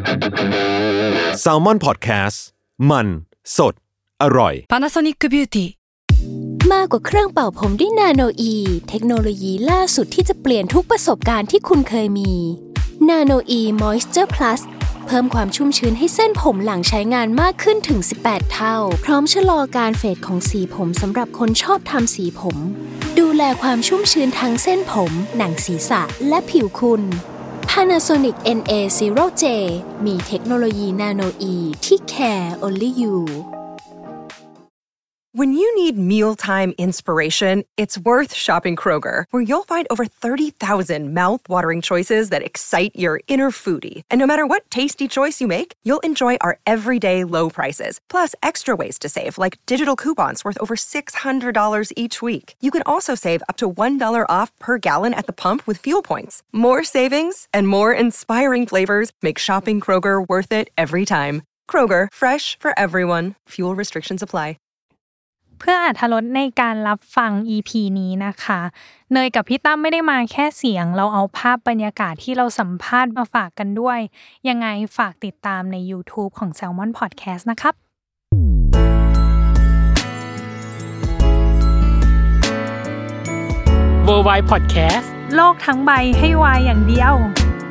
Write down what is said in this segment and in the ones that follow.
Salmon Podcast มันสดอร่อย Panasonic Beauty มากกว่าเครื่องเป่าผมด้วยนาโนอีเทคโนโลยีล่าสุดที่จะเปลี่ยนทุกประสบการณ์ที่คุณเคยมีนาโนอีมอยส์เจอร์พลัสเพิ่มความชุ่มชื้นให้เส้นผมหลังใช้งานมากขึ้นถึง18เท่าพร้อมชะลอการเฟดของสีผมสำหรับคนชอบทำสีผมดูแลความชุ่มชื้นทั้งเส้นผมหนังศีรษะและผิวคุณ Panasonic NA0J มีเทคโนโลยีนาโนอีที่ care only you When you need mealtime inspiration, it's worth shopping Kroger, where you'll find over 30,000 mouth-watering choices that excite your inner foodie. And no matter what tasty choice you make, you'll enjoy our everyday low prices, plus extra ways to save, like digital coupons worth over $600 each week. You can also save up to $1 off per gallon at the pump with fuel points. More savings and more inspiring flavors make shopping Kroger worth it every time. Kroger, fresh for everyone. Fuel restrictions apply. เพื่ออรรถรสในการรับฟัง EP นี้นะคะเนยกับพี่ตั้มไม่ได้มาแค่เสียงเราเอาภาพบรรยากาศที่เราสัมภาษณ์มาฝากกันด้วยยังไงฝากติดตามใน YouTube ของ Salmon Podcast นะครับ Worldwide Podcast โลกทั้งใบให้วายอย่างเดียว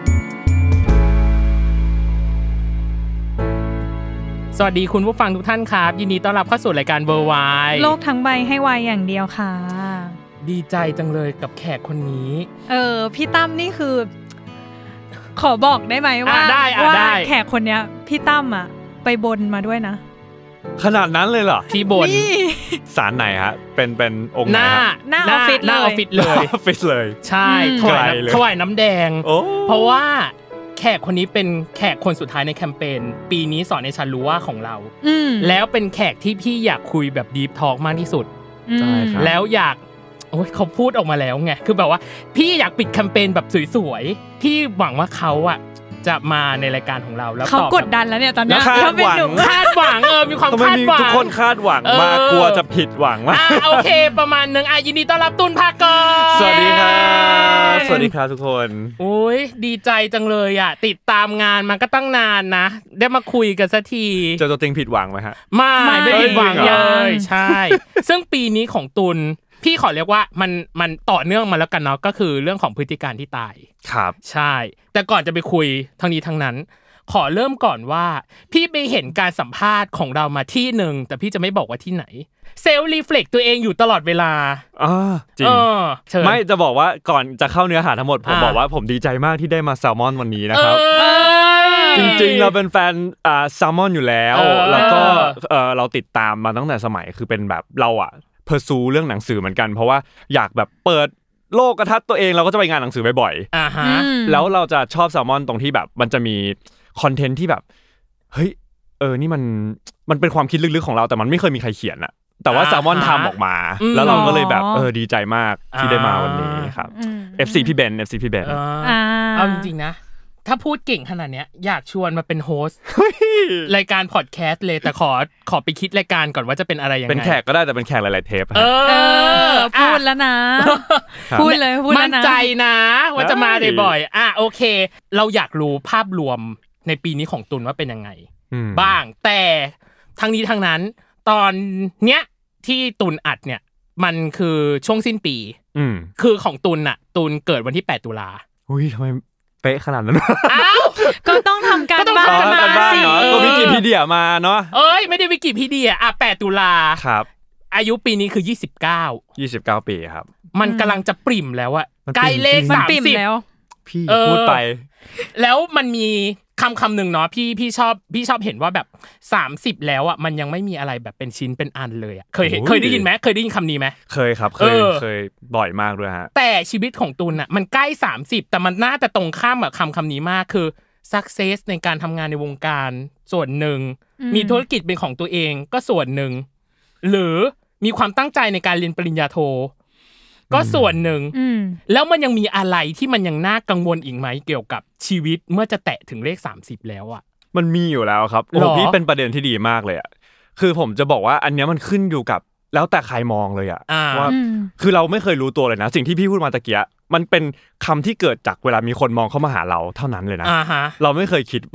สวัสดีคุณผู้ฟังทุกท่านครับยินดีต้อนรับเข้าสู่รายการ Worldwide โลกทั้งใบให้วายอย่างเดียวค่ะดีใจจังเลยกับแขกคนนี้พี่ตั้มนี่คือขอบอกได้ไหมว่าแขกคนเนี้ยพี่ตั้มอ่ะไปบนมาด้วยนะขนาดนั้นเลยเหรอที่บนศาลไหนฮะเป็นองค์ไหนฮะหน้าออฟฟิศเลยออฟฟิศเลยใช่ถวายน้ำแดงเพราะว่าแขกคนนี้เป็นแขกคนสุดท้ายในแคมเปญปีนี้สอนในฉันรู้ว่าของเราแล้วเป็นแขกที่พี่อยากคุยแบบดีฟทอล์กมากที่สุดใช่ครับแล้วอยากเขาพูดออกมาแล้วไงคือแบบว่าพี่อยากปิดแคมเปญแบบสวยๆพี่หวังว่าเขาอะจะมาในรายการของเราแล้วเขากดดันแล้วเนี่ยตอนนี้คาดหวังมีความคาดหวังทุกคนคาดหวังมากกลัวจะผิดหวังมากโอเคประมาณนึงยินดีต้อนรับตุลภากรสวัสดีครับสวัสดีครับทุกคนโอ้ยดีใจจังเลยอ่ะติดตามงานมาก็ตั้งนานนะได้มาคุยกันสักทีเจอตัวจริงผิดหวังไหมฮะไม่ผิดหวังเลยใช่ซึ่งปีนี้ของตุลพี่ขอเรียกว่ามันต่อเนื่องมาแล้วกันเนาะก็คือเรื่องของพฤติการที่ตายครับใช่แต่ก่อนจะไปคุยทั้งนี้ทั้งนั้นขอเริ่มก่อนว่าพี่ไปเห็นการสัมภาษณ์ของเรามาที่นึงแต่พี่จะไม่บอกว่าที่ไหนเซลล์รีเฟล็กตัวเองอยู่ตลอดเวลาจริงไม่จะบอกว่าก่อนจะเข้าเนื้อหาทั้งหมดผมบอกว่าผมดีใจมากที่ได้มาแซลมอนวันนี้นะครับจริงๆเราเป็นแฟนแซลมอนอยู่แล้วแล้วก็เราติดตามมาตั้งแต่สมัยคือเป็นแบบเราอะเพอร์ซูเรื่องหนังสือเหมือนกันเพราะว่าอยากแบบเปิดโลกทัศน์ตัวเองเราก็จะไปงานหนังสือบ่อยๆแล้วเราจะชอบแซลมอนตรงที่แบบมันจะมีคอนเทนต์ที่แบบเฮ้ยนี่มันเป็นความคิดลึกๆของเราแต่มันไม่เคยมีใครเขียนอะแต่ว่าแซลมอนทำออกมาแล้วเราก็เลยแบบดีใจมากที่ได้มาวันนี้ครับ FC พี่เบนเอาจริงๆนะถ้าพูดเก่งขนาดเนี้ยอยากชวนมาเป็นโฮสต์รายการพอดแคสต์เลยแต่ขอไปคิดรายการก่อนว่าจะเป็นอะไรยังไงเป็นแขกก็ได้แต่เป็นแขกหลายๆเทปพูดแล้วนะพูดแล้วนะมั่นใจนะว่าจะมาได้บ่อยโอเคเราอยากรู้ภาพรวมในปีนี้ของตุลว่าเป็นยังไงบ้างแต่ทั้งนี้ทั้งนั้นตอนเนี้ยที่ตุลอัดเนี่ยมันคือช่วงสิ้นปีคือของตุลน่ะตุลเกิดวันที่8ตุลาอุ้ยทำไมเป๊ะขนาดนั้นก็ต้องทำการบ้านสิก็วิกิพีเดียมาเนาะไม่ได้วิกิพีเดีย8ตุลาครับอายุปีนี้คือ 29ปีครับมันกำลังจะปริ่มแล้วอะใกล้เลข30 แล้วพี่พูดไปแล้วมันมีคำหนึ่งเนาะพี่ชอบเห็นว่าแบบ30แล้วอ่ะมันยังไม่มีอะไรแบบเป็นชิ้นเป็นอันเลยอ่ะเคยได้ยินมั้ยเคยได้ยินคำนี้มั้ยเคยครับเคยบ่อยมากด้วยฮะแต่ชีวิตของตุลน่ะมันใกล้30แต่มันน่าจะตรงข้ามกับคำนี้มากคือ success ในการทำงานในวงการส่วนหนึ่งมีธุรกิจเป็นของตัวเองก็ส่วนหนึ่งหรือมีความตั้งใจในการเรียนปริญญาโทก็ส่วนหนึ่งแล้วมันยังมีอะไรที่มันยังน่ากังวลอีกไหมเกี่ยวกับชีวิตเมื่อจะแตะถึงเลข30แล้วอ่ะมันมีอยู่แล้วครับโอ้พี่เป็นประเด็นที่ดีมากเลยอ่ะคือผมจะบอกว่าอันนี้มันขึ้นอยู่กับแล้วแต่ใครมองเลยอ่ะว่าคือเราไม่เคยรู้ตัวเลยนะสิ่งที่พี่พูดมาตะเกียมันเป็นคำที่เกิดจากเวลามีคนมองเข้ามาหาเราเท่านั้นเลยนะเราไม่เคยคิดว่าแบบ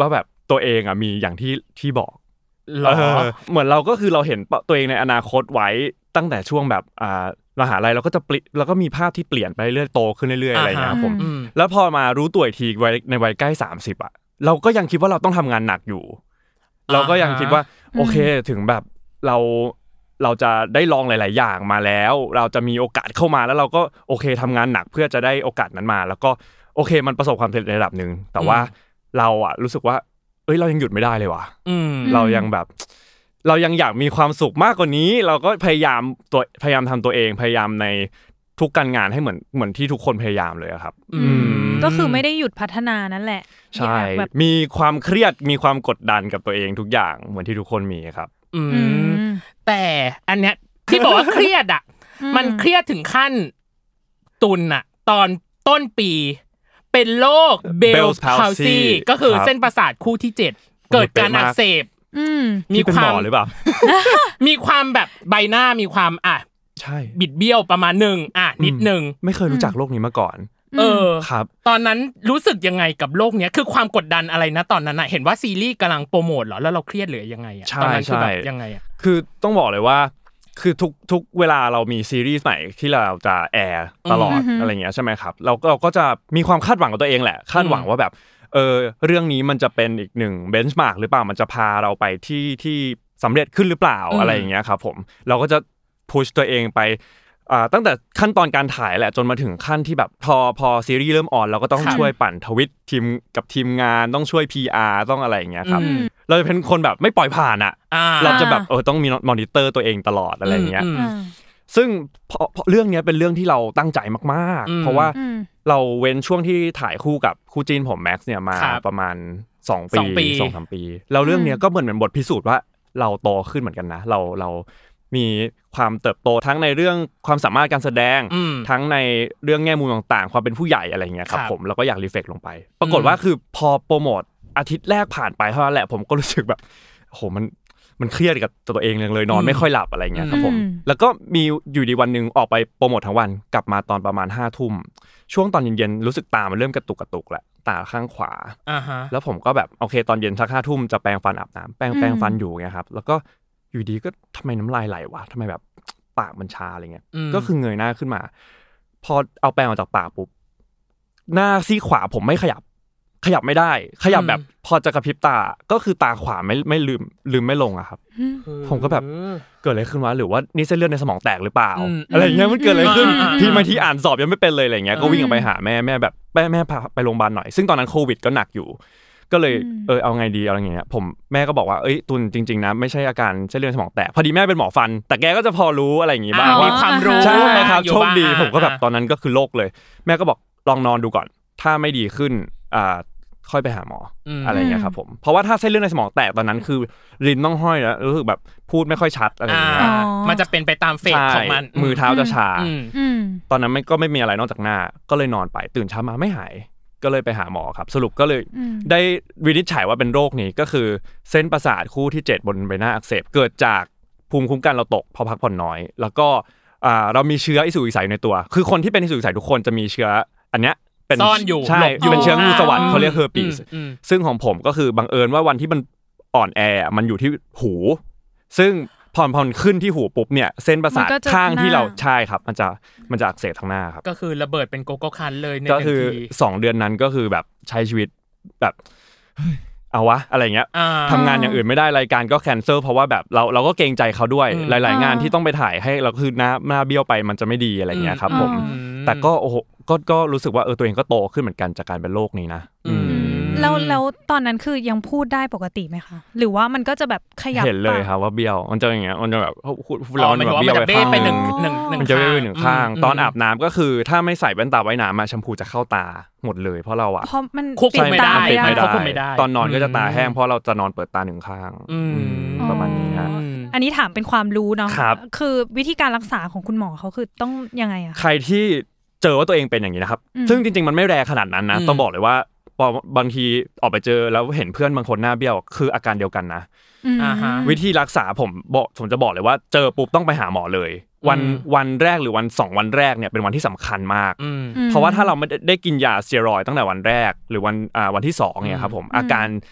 ตัวเองอ่ะมีอย่างที่บอกเหมือนเราก็คือเราเห็นตัวเองในอนาคตไว้ตั้งแต่ช่วงแบบมหาลัยเราก็จะแล้วก็มีภาพที่เปลี่ยนไปเรื่อยโตขึ้นเรื่อยๆอะไรอย่างเงี้ยครับผมแล้วพอมารู้ตัวอีกทีในวัยใกล้30อ่ะเราก็ยังคิดว่าเราต้องทำงานหนักอยู่เราก็ยังคิดว่าโอเคถึงแบบเราจะได้ลองหลายๆอย่างมาแล้วเราจะมีโอกาสเข้ามาแล้วเราก็โอเคทำงานหนักเพื่อจะได้โอกาสนั้นมาแล้วก็โอเคมันประสบความสำเร็จในระดับนึงแต่ว่าเราอ่ะรู้สึกว่าเรายังหยุดไม่ได้เลยว่ะเรายังอยากมีความสุขมากกว่านี้เราก็พยายามทำตัวเองพยายามในทุกการงานให้เหมือนที่ทุกคนพยายามเลยครับก็คือไม่ได้หยุดพัฒนานั่นแหละใช่มีความเครียดมีความกดดันกับตัวเองทุกอย่างเหมือนที่ทุกคนมีครับแต่อันเนี้ยที่บอกว่าเครียดอ่ะมันเครียดถึงขั้นตุนอ่ะตอนต้นปีเป็นโรคเบลส์พาวซีก็คือเส้นประสาทคู่ที่7เกิดการอักเสบมีความหรือเปล่ามีความแบบใบหน้ามีความใช่บิดเบี้ยวประมาณนึงนิดนึงไม่เคยรู้จักโรคนี้มาก่อนครับตอนนั้นรู้สึกยังไงกับโรคเนี้ยคือความกดดันอะไรนะตอนนั้นน่ะเห็นว่าซีรีส์กำลังโปรโมทเหรอแล้วเราเครียดหรือยังไงอ่ะตอนนั้นคือแบบยังไงอ่ะคือต้องบอกเลยว่าคือทุกเวลาเรามีซีรีส์ใหม่ที่เราจะแอร์ตลอดอะไรเงี้ยใช่ไหมครับเราก็จะมีความคาดหวังกับตัวเองแหละคาดหวังว่าแบบเรื่องนี้มันจะเป็นอีกหนึ่งเบนช์มาร์กหรือเปล่ามันจะพาเราไปที่สำเร็จขึ้นหรือเปล่าอะไรอย่างเงี้ยครับผมเราก็จะพุชตัวเองไปตั้งแต่ขั้นตอนการถ่ายแหละจนมาถึงขั้นที่แบบพอซีรีส์เริ่มออนเราก็ต้องช่วยปั่นทวิตทีมงานต้องช่วย PR ต้องอะไรอย่างเงี้ยครับเราจะเป็นคนแบบไม่ปล่อยผ่านเราจะแบบต้องมีมอนิเตอร์ตัวเองตลอดอะไรอย่างเงี้ยซึ่งเรื่องนี้เป็นเรื่องที่เราตั้งใจมากๆเพราะว่าเราเว้นช่วงที่ถ่ายคู่กับคู่จีนผมแม็กซ์เนี่ยมาประมาณ2 ปี 2-3 ปีแล้วเรื่องนี้ก็เหมือนบทพิสูจน์ว่าเราโตขึ้นเหมือนกันนะเรามีความเติบโตทั้งในเรื่องความสามารถการแสดงทั้งในเรื่องแง่มุมต่างๆความเป็นผู้ใหญ่อะไรเงี้ยครับผมแล้วก็อยากรีเฟล็กลงไปปรากฏว่าคือพอโปรโมทอาทิตย์แรกผ่านไปเท่านั้นแหละผมก็รู้สึกแบบโหมันเครียดกับตัวเองเลยนอนไม่ค่อยหลับอะไรเงี้ยครับผมแล้วก็มีอยู่ดีวันนึงออกไปโปรโมททั้งวันกลับมาตอนประมาณ 5 ทุ่มช่วงตอนเย็นๆรู้สึกตามันเริ่มกระตุกแหละตาข้างขวาแล้วผมก็แบบโอเคตอนเย็นสัก 5 ทุ่มจะแปรงฟันอาบน้ำแปรงฟันอยู่ไงครับแล้วก็อยู่ดีก็ทำไมน้ำลายไหลวะทำไมแบบปากมันชาอะไรเงี้ยก็คือเงยหน้าขึ้นมาพอเอาแปรงออกจากปากปุ๊บหน้าซี่ขวาผมไม่ขยับไม่ได้ขยับแบบพอจะกระพริบตาก็คือตาขวาไม่ลืมไม่ลงอะครับผมก็แบบเกิดอะไรขึ้นวะหรือว่านี่เส้นเลือดในสมองแตกหรือเปล่าอะไรเงี้ยมันเกิดอะไรขึ้นที่อ่านสอบยังไม่เป็นเลยอะไรเงี้ยก็วิ่งออกไปหาแม่แบบแม่พาไปโรงพยาบาลหน่อยซึ่งตอนนั้นโควิดก็หนักอยู่ก็เลยเอาไงดีอะไรเงี้ยผมแม่ก็บอกว่าตุนจริงๆนะไม่ใช่อาการเส้นเลือดสมองแตกพอดีแม่เป็นหมอฟันแต่แกก็จะพอรู้อะไรอย่างงี้บ้างมีความรู้ใช่ครับโชคดีผมก็แบบตอนนั้นก็คือโรคเลยแม่ก็บอกลองนอนดูก่อนถ้าไม่ดีขึ้นค่อยไปหาหมออะไรเงี้ยครับผมเพราะว่าถ้าเส้นเลือดในสมองแตกตอนนั้นคือลิ้นต้องห้อยแล้วรู้สึกแบบพูดไม่ค่อยชัดอะไรอย่างเงี้ยมันจะเป็นไปตามเฟสของมันมือเท้าจะชาตอนนั้นมันก็ไม่มีอะไรนอกจากหน้าก็เลยนอนไปตื่นเช้ามาไม่หายก็เลยไปหาหมอครับสรุปก็เลยได้วินิจฉัยว่าเป็นโรคนี้ก็คือเส้นประสาทคู่ที่7บนใบหน้าอักเสบเกิดจากภูมิคุ้มกันเราตกเพราะพักผ่อนน้อยแล้วก็เรามีเชื้ออิสุกอิสัยในตัวคือคนที่เป็นอิสุกอิสัยทุกคนจะมีเชื้ออันเนี้ยซ่อนอยู่ใช่เป็นเชื้องูสวัสด์เขาเรียกเฮอร์ปีสซึ่งของผมก็คือบังเอิญว่าวันที่มันอ่อนแอมันอยู่ที่หูซึ่งพอขึ้นที่หูปุ๊บเนี่ยเส้นประสาทข้างที่เราใช่ครับมันจะอักเสบทางหน้าครับก็คือระเบิดเป็นโกโก้คันเลยในก็คือ2 เดือนนั้นก็คือแบบใช้ชีวิตแบบเอาวะอะไรเงี้ยทำงานอย่างอื่นไม่ได้รายการก็แคนเซิลเพราะว่าแบบเราก็เกรงใจเขาด้วยหลายๆงานที่ต้องไปถ่ายให้เราคือหน้าเบี้ยวไปมันจะไม่ดีอะไรเงี้ยครับผมแต่ก็โอ้โหก็รู้สึกว่าตัวเองก็โตขึ้นเหมือนกันจากการเป็นโรคนี้นะแล้วตอนนั้นคือยังพูดได้ปกติไหมคะหรือว่ามันก็จะแบบขยับเห็นเลยครับว่าเบี้ยวมันจะอย่างเงี้ยมันจะแบบเราแบบเบี้ยวไปข้างนึงมันจะเบี้ยวไป1ข้างตอนอาบน้ำก็คือถ้าไม่ใส่แว่นตาว่ายน้ำแชมพูจะเข้าตาหมดเลยเพราะเราอะเพราะมันควบคุมไม่ได้ตอนนอนก็จะตาแห้งเพราะเราจะนอนเปิดตา1ข้างประมาณนี้ฮะอันนี้ถามเป็นความรู้เนาะคือวิธีการรักษาของคุณหมอเขาคือต้องยังไงอะใครที่เจอว่าตัวเองเป็นอย่างนี้นะครับซึ่งจริงๆมันไม่แรงขนาดนั้นนะต้องบอกเลยว่าพอบางทีออกไปเจอแล้วเห็นเพื่อนบางคนหน้าเบี้ยวคืออาการเดียวกันนะวิธีรักษาผมจะบอกเลยว่าเจอปุ๊บต้องไปหาหมอเลยวันแรกหรือวัน2 วันแรกเนี่ยเป็นวันที่สำคัญมากเพราะว่าถ้าเราไม่ได้กินยาสเตียรอยด์ตั้งแต่วันแรกหรือวันที่2เนี่ยครับผมอาการ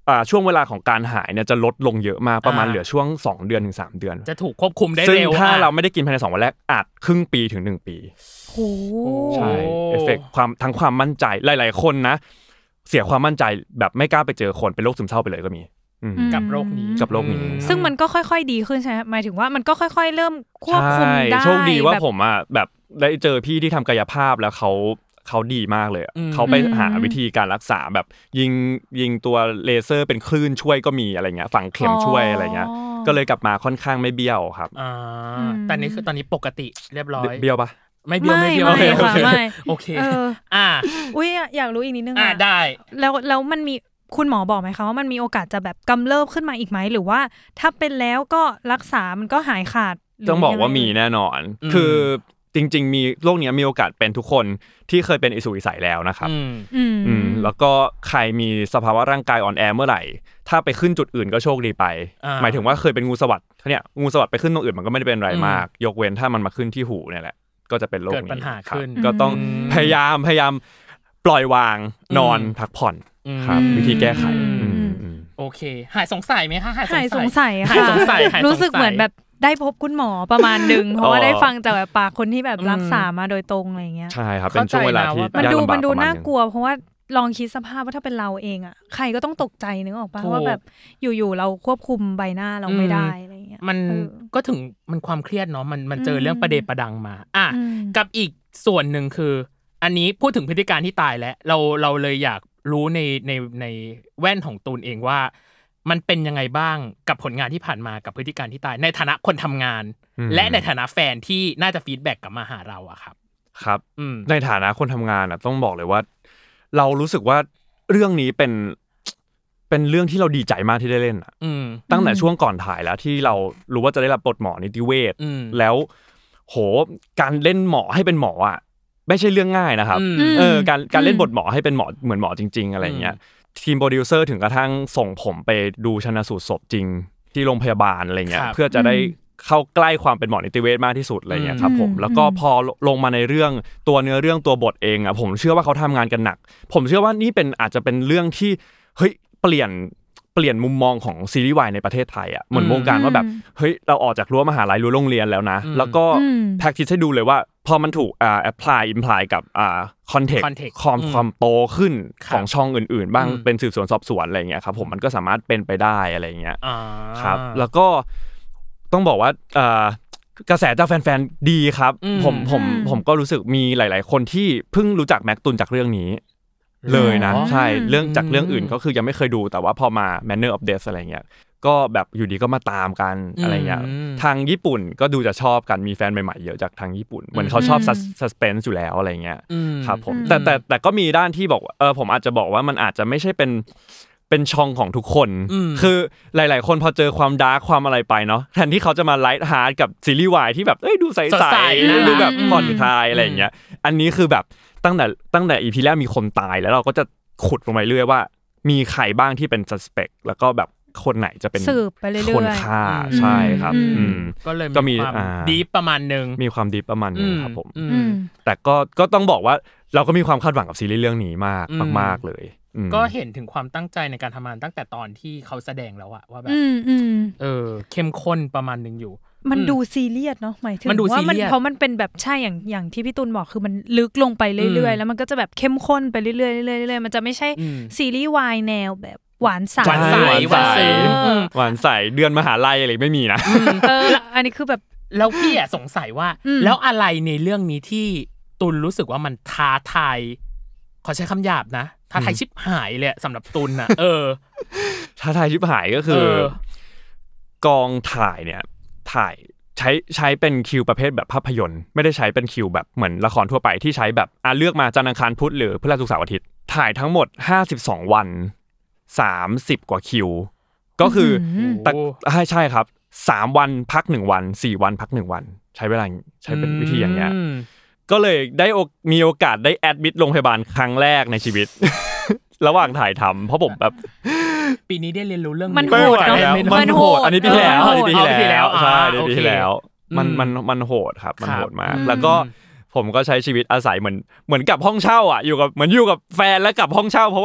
ช่วงเวลาของการหายเนี่ยจะลดลงเยอะมากประมาณเหลือช่วง2เดือนถึง3เดือนจะถูกควบคุมได้เร็วซึ่งถ้าเราไม่ได้กินภายใน2วันแรกอาจครึ่งปีถึง1ปีโอ้ใช่เอฟเฟคความมั่นใจหลายๆคนนะเสียความมั่นใจแบบไม่กล้าไปเจอคนเป็นโรคซึมเศร้าไปเลยก็มีกับโรคนี้ซึ่งมันก็ค่อยๆดีขึ้นใช่มั้ยหมายถึงว่ามันก็ค่อยๆเริ่มควบคุมได้โชคดีว่าผมอ่ะแบบได้เจอพี่ที่ทำกายภาพแล้วเขาดีมากเลยเขาไปหาวิธีการรักษาแบบยิงตัวเลเซอร์เป็นคลื่นช่วยก็มีอะไรเงี้ยฝังเข็มช่วยอะไรเงี้ยก็เลยกลับมาค่อนข้างไม่เบี้ยวครับแต่นี่คือตอนนี้ปกติเรียบร้อยเบี้ยวปะไม่เบี้ยวโอเคอุ๊ยอยากรู้อีกนิดนึงได้แล้วมันมีคุณหมอบอกไหมคะว่ามันมีโอกาสจะแบบกำเริบขึ้นมาอีกไหมหรือว่าถ้าเป็นแล้วก็รักษามันก็หายขาดต้องบอกว่ามีแน่นอนคือจริงๆมีโรคนี้มีโอกาสเป็นทุกคนที่เคยเป็นอิสุกอิสัยแล้วนะครับแล้วก็ใครมีสภาวะร่างกายอ่อนแอเมื่อไหร่ถ้าไปขึ้นจุดอื่นก็โชคดีไปหมายถึงว่าเคยเป็นงูสวัสด์เนี่ยงูสวัสด์ไปขึ้นตรงอื่นมันก็ไม่ได้เป็นอะไรมากยกเว้นถ้ามันมาขึ้นที่หูเนี่ยแหละก็จะเป็นโรคนี้เกิดปัญหาขึ้นก็ต้องพยายามปล่อยวางนอนพักผ่อนครับวิธีแก้ไขโอเคหายสงสัยไหมคะหายสงสัยรู้สึกเหมือนแบบได้พบคุณหมอประมาณนึงเพราะว่าได้ฟังจากแบบปากคนที่แบบรักษามาโดยตรงอะไรเงี้ยใช่ครับเป็นช่วงเวลาที่มันดูน่ากลัวเพราะว่าลองคิดสภาพว่าถ้าเป็นเราเองอ่ะใครก็ต้องตกใจนึกออกป่ะว่าแบบอยู่ๆเราควบคุมใบหน้าเราไม่ได้อะไรเงี้ยมันก็ถึงมันความเครียดเนาะมันเจอเรื่องประเดประดังมากับอีกส่วนนึงคืออันนี้พูดถึงพฤติการที่ตายแล้วเราเลยอยากรู้ในแว่นของตูนเองว่ามันเป็นยังไงบ้างกับผลงานที่ผ่านมากับพฤติการที่ตายในฐานะคนทำงานและในฐานะแฟนที่น่าจะฟีดแบ็กกลับมาหาเราอะครับครับในฐานะคนทำงานอะต้องบอกเลยว่าเรารู้สึกว่าเรื่องนี้เป็นเรื่องที่เราดีใจมากที่ได้เล่นอะตั้งแต่ช่วงก่อนถ่ายแล้วที่เรารู้ว่าจะได้รับบทหมอนิติเวชแล้วโหการเล่นหมอให้เป็นหมออะไม่ใช่เรื่องง่ายนะครับการเล่นบทหมอให้เป็นหมอเหมือนหมอจริงๆอะไรเงี้ยทีมโปรดิวเซอร์ถึงกระทั่งส่งผมไปดูชันสูตรศพจริงที่โรงพยาบาลอะไรเงี้ยเพื่อจะได้เข้าใกล้ความเป็นหมอนิติเวชมากที่สุดอะไรเงี้ยครับผมแล้วก็พอลงมาในเรื่องตัวเนื้อเรื่องตัวบทเองอ่ะผมเชื่อว่าเขาทำงานกันหนักผมเชื่อว่านี่เป็นอาจจะเป็นเรื่องที่เฮ้ยเปลี่ยนมุมมองของซีรีส์วายในประเทศไทยอ่ะเหมือนวงการว่าแบบเฮ้ยเราออกจากรั้วมหาลัยรั้วโรงเรียนแล้วนะแล้วก็แพคทิสให้ดูเลยว่าพอมันถูกapply imply กับcontext ความโตขึ้นของช่องอื่นๆบ้างเป็นสืบสวนสอบสวนอะไรเงี้ยครับผมมันก็สามารถเป็นไปได้อะไรเงี้ยครับแล้วก็ต้องบอกว่ากระแสจากแฟนๆดีครับผมก็รู้สึกมีหลายๆคนที่เพิ่งรู้จักแม็กตุนจากเรื่องนี้เลยนะใช่เรื่องจากเรื่องอื่นก็คือยังไม่เคยดูแต่ว่าพอมา Manner of Death อะไรเงี้ยก็แบบอยู่ดีก็มาตามกันอะไรเงี้ยทางญี่ปุ่นก็ดูจะชอบกันมีแฟนใหม่ๆเยอะจากทางญี่ปุ่นเหมือนเขาชอบ suspense อยู่แล้วอะไรเงี้ยครับผมแต่ก็มีด้านที่บอกผมอาจจะบอกว่ามันอาจจะไม่ใช่เป็นช่องของทุกคนคือหลายๆคนพอเจอความดาร์กความอะไรไปเนาะแทนที่เขาจะมาไลท์ฮาร์ดกับซีรีส์วายที่แบบดูใสๆดูแบบผ่อนคลายอะไรอย่างเงี้ยอันนี้คือแบบตั้งแต่ EP แรกมีคนตายแล้วเราก็จะขุดลงไปเรื่อยว่ามีใครบ้างที่เป็น suspect แล้วก็แบบคนไหนจะเป็นสืบไปเรื่อยๆคนฆ่าใช่ครับก็เลยมีความดีประมาณนึงมีความดีประมาณนึงครับผมแต่ก็ต้องบอกว่าเราก็มีความคาดหวังกับซีรีส์เรื่องนี้มากเลยก็เห็นถึงความตั้งใจในการทำงานตั้งแต่ตอนที่เขาแสดงแล้วอะว่าแบบเข้มข้นประมาณนึงอยู่มันดูซีเรียสเนาะหมายถึงว่ามันเพราะมันเป็นแบบใช่อย่างที่พี่ตุลบอกคือมันลึกลงไปเรื่อยๆแล้วมันก็จะแบบเข้มข้นไปเรื่อยๆเรื่อยๆมันจะไม่ใช่ซีรีส์วายแนวแบบหวานใสหวานใสเดือนมหาลัยอะไรไม่มีนะอันนี้คือแบบแล้วพี่อะสงสัยว่าแล้วอะไรในเรื่องนี้ที่ตุลรู้สึกว่ามันท้าทายขอใช้คำหยาบนะท้าทายชิบหายเลยสำหรับตุลน่ะท้าทายชิบหายก็คือกองถ่ายเนี่ยถ่ายใช้เป็นคิวประเภทแบบภาพยนตร์ไม่ได้ใช้เป็นคิวแบบเหมือนละครทั่วไปที่ใช้แบบเลือกมาจันทร์อังคารพุธหรือพฤหัสศุกร์เสาร์อาทิตย์ถ่ายทั้งหมด52วัน30กว่าคิวก็คือใช่ครับ3วันพัก1วัน4วันพัก1วันใช้เวลาใช้เป็นวิธีอย่างเงี้ยก็เลยได้มีโอกาสได้แอดมิดโรงพยาบาลครั้งแรกในชีวิต ระหว่างถ่ายทำเพราะผมแบบปีนี้ได้เรียนรู้เรื่องมันโหดมันโหดอันนี้ปีที่แล้วใช่ปีที่แล้วมันโหดครับมันโหดมากแล้วก็ผมก็ใช้ชีวิตอาศัยเหมือนกับห้องเช่าอ่ะอยู่กับแฟนแล้วกับห้องเช่าเพราะว่า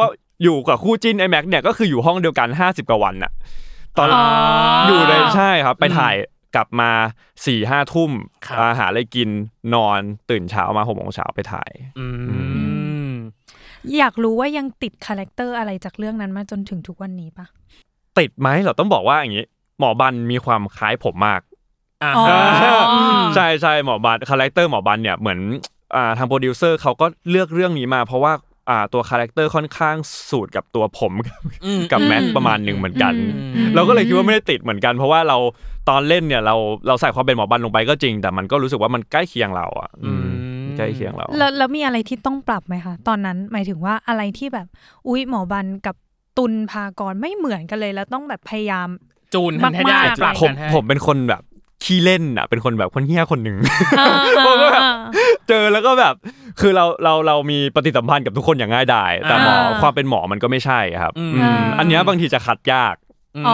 อยู่กับคู่จิ้นไอ้แม็กเนี่ยก็คืออยู่ห้องเดียวกัน50กว่าวันน่ะตอนอยู่เลยใช่ครับไปถ่ายกลับมา 4-5 ทุ่มหาอะไรกินนอนตื่นเช้ามา6 โมงเช้าไปถ่ายอยากรู้ว่ายังติดคาแรคเตอร์อะไรจากเรื่องนั้นมาจนถึงทุกวันนี้ปะติดไหมเราต้องบอกว่าอย่างนี้หมอบันมีความคล้ายผมมากใช่ๆหมอบันคาแรคเตอร์หมอบันเนี่ยเหมือนทางโปรดิวเซอร์เขาก็เลือกเรื่องนี้มาเพราะว่าตัวคาแรคเตอร์ค่อนข้างสูตรกับตัวผมกับแม็กประมาณนึงเหมือนกันเราก็เลยคิดว่าไม่ได้ติดเหมือนกันเพราะว่าเราตอนเล่นเนี่ยเราใส่ความเป็นหมอบันลงไปก็จริงแต่มันก็รู้สึกว่ามันใกล้เคียงเราอ่ะใกล้เคียงเราแล้วมีอะไรที่ต้องปรับไหมคะตอนนั้นหมายถึงว่าอะไรที่แบบอุ๊ยหมอบันกับตุลภากรไม่เหมือนกันเลยแล้วต้องแบบพยายามจูนให้ได้ปรับผมเป็นคนแบบขี้เล่นอ่ะเป็นคนแบบคนเหี้ยคนนึงผมก็แบบเจอแล้วก็แบบคือเรามีปฏิสัมพันธ์กับทุกคนอย่างง่ายดายแต่หมอความเป็นหมอมันก็ไม่ใช่ครับอันนี้บางทีจะขัดยาก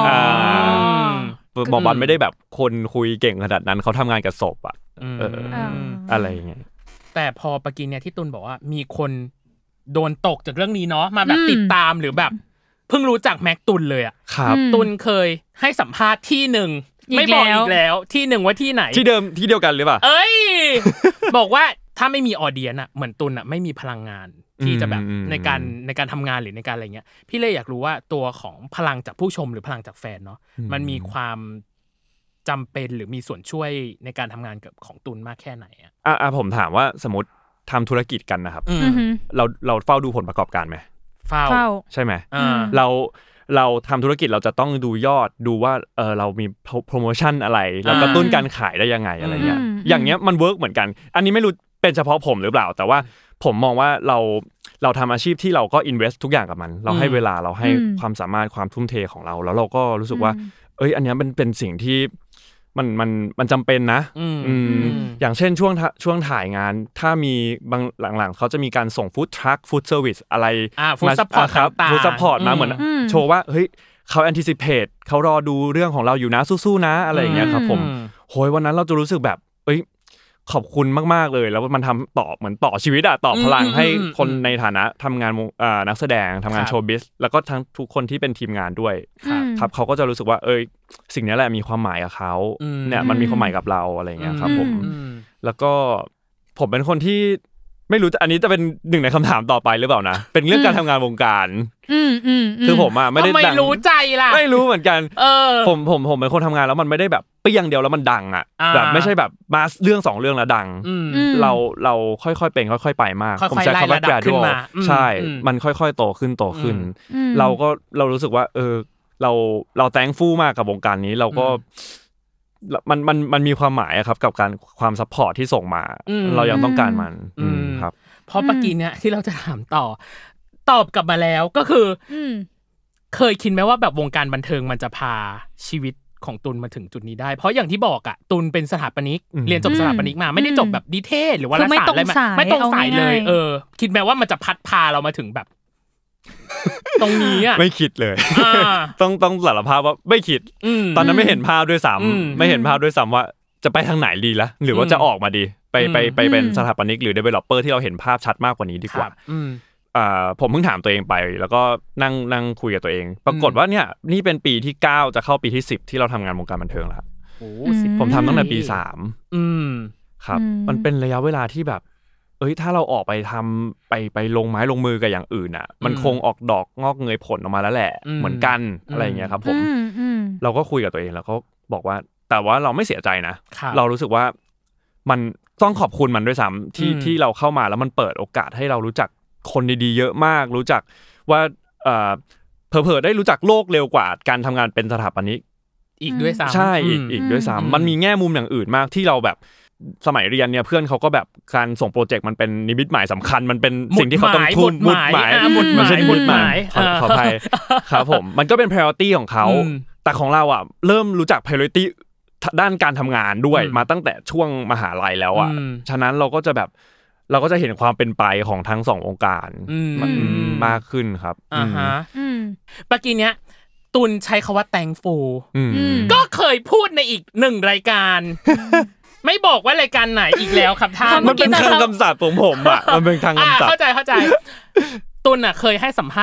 หมอบันไม่ได้แบบคนคุยเก่งขนาดนั้นเขาทำงานกับศพอ่ะอะไรอย่างเงี้ยแต่พอปะกี้เนี่ยที่ตุลบอกว่ามีคนโดนตกจากเรื่องนี้เนาะมาแบบติดตามหรือแบบเพิ่งรู้จักแม็กตุลเลยอ่ะตุลเคยให้สัมภาษณ์ที่นึงไม่บอกอีกแล้วที่นึงว่าที่ไหนที่เดิมที่เดียวกันหรือเปล่าเอ้ยบอกว่าถ้าไม่มีออเดียนอ่ะเหมือนตุลอ่ะไม่มีพลังงานที่จะแบบในการทำงานหรือในการอะไรเงี้ยพี่เลยอยากรู้ว่าตัวของพลังจากผู้ชมหรือพลังจากแฟนเนาะมันมีความจำเป็นหรือมีส่วนช่วยในการทำงานกับของตุลมากแค่ไหนผมถามว่าสมมติทำธุรกิจกันนะครับเราเฝ้าดูผลประกอบการไหมเฝ้าใช่ไหมเราทำธุรกิจเราจะต้องดูยอดดูว่าเรามีโปรโมชั่นอะไรเรากระตุ้นการขายได้ยังไงอะไรเงี้ยอย่างเงี้ยมันเวิร์กเหมือนกันอันนี้ไม่รู้เป็นเฉพาะผมหรือเปล่าแต่ว่าผมมองว่าเราทำอาชีพที่เราก็อินเวสต์ทุกอย่างกับมันเราให้เวลาเราให้ความสามารถความทุ่มเทของเราแล้วเราก็รู้สึกว่าอันนี้มันเป็นสิ่งที่มันจำเป็นนะอย่างเช่นช่วงถ่ายงานถ้ามีบางหลังๆเขาจะมีการส่งฟู้ดทรัคฟู้ดเซอร์วิสอะไรฟู้ดซัพพอร์ตครับฟู้ดซัพพอร์ตมาเหมือนโชว์ว่าเฮ้ยเขาแอนทิซิเพตเขารอดูเรื่องของเราอยู่นะสู้ๆนะอะไรอย่างเงี้ยครับผมโหยวันนั้นเราจะรู้สึกแบบขอบคุณมากๆเลยแล้วมันทำต่อเหมือนต่อชีวิตต่อพลังให้คนในฐานะทำงานนักแสดงทำงานโชว์บิสแล้วก็ทั้งทุกคนที่เป็นทีมงานด้วยครับเขาก็จะรู้สึกว่าสิ่งนี้แหละมีความหมายกับเขาเนี่ยมันมีความหมายกับเราอะไรอย่างเงี้ยครับผมแล้วก็ผมเป็นคนที่ไม่รู้อันนี้จะเป็นหนึ่งในคำถามต่อไปหรือเปล่านะเป็นเรื่องการทำงานวงการคือผมไม่ได้ดังไม่รู้ใจล่ะไม่รู้เหมือนกันผมเป็นคนทำงานแล้วมันไม่ได้แบบเปี้ยงเดียวแล้วมันดังอ่ะแบบไม่ใช่แบบมาเรื่อง2เรื่องแล้วดังเราค่อยๆเป็นค่อยๆไปมากผมใช้คำว่า gradual ใช่มันค่อยๆโตขึ้นเรารู้สึกว่าเราthankfulมากกับวงการนี้เราก็มันมีความหมายครับกับการความซัพพอร์ตที่ส่งมาเรายังต้องการมันครับเพราะเมื่อกี้เนี่ยที่เราจะถามตอบกลับมาแล้วก็คือเคยคิดไหมว่าแบบวงการบันเทิงมันจะพาชีวิตของตุลมาถึงจุดนี้ได้เพราะอย่างที่บอกอ่ะตุลเป็นสถาปนิกเรียนจบสถาปนิกมาไม่ได้จบแบบนิเทศหรือว่าศาสตร์อะไรไม่ตรงสายเลยคิดไหมว่ามันจะพัดพาเรามาถึงแบบตรงนี้อ่ะไม่คิดเลยต้องสารภาพว่าไม่คิดตอนนั้นไม่เห็นภาพด้วยซ้ำไม่เห็นภาพด้วยซ้ำว่าจะไปทางไหนดีละหรือว่าจะออกมาดีไปเป็นสถาปนิกหรือ developer ที่เราเห็นภาพชัดมากกว่านี้ดีกว่าผมเพิ่งถามตัวเองไปแล้วก็นั่งคุยกับตัวเองปรากฏว่าเนี่ยนี่เป็นปีที่9จะเข้าปีที่10ที่เราทำงานวงการบันเทิงแล้วผมทำตั้งแต่ปี3ครับมันเป็นระยะเวลาที่แบบถ้าเราออกไปทำไปลงไม้ลงมือกับอย่างอื่นอ่ะมันคงออกดอกงอกเงยผลออกมาแล้วแหละเหมือนกันอะไรอย่างเงี้ยครับผมเราก็คุยกับตัวเองแล้วก็บอกว่าแต่ว่าเราไม่เสียใจนะเรารู้สึกว่ามันต้องขอบคุณมันด้วยซ้ำที่เราเข้ามาแล้วมันเปิดโอกาสให้เรารู้จักคนดีๆเยอะมากรู้จักว่าเผลอๆได้รู้จักโลกเร็วกว่าการทำงานเป็นสถาปนิกอีกด้วยซ้ำใช่อีกด้วยซ้ำมันมีแง่มุมอย่างอื่นมากที่เราแบบสมัยเรียนเนี่ยเพื่อนเขาก็แบบการส่งโปรเจกต์มันเป็นนิมิตหมายสำคัญมันเป็นสิ่งที่เขาต้องทุ่มมุดหมายมันใช่นิมิตหมายขออภัยครับผมมันก็เป็น priority ของเขาแต่ของเราอ่ะเริ่มรู้จัก priority ด้านการทำงานด้วยมาตั้งแต่ช่วงมหาลัยแล้วอ่ะฉะนั้นเราก็จะเห็นความเป็นไปของทั้ง2องค์การมากขึ้นครับเมื่อกี้เนี้ยตุลใช้คำว่า thankful ก็เคยพูดในอีก1รายการไม่บอกว่ารายการไหนอีกแล้วครับท่านมันเป็นคำศัพท์ของผมอ่ะมันเป็นคำศัพท์เข้าใจตุลน่ะเคยให้สัมภาษณ์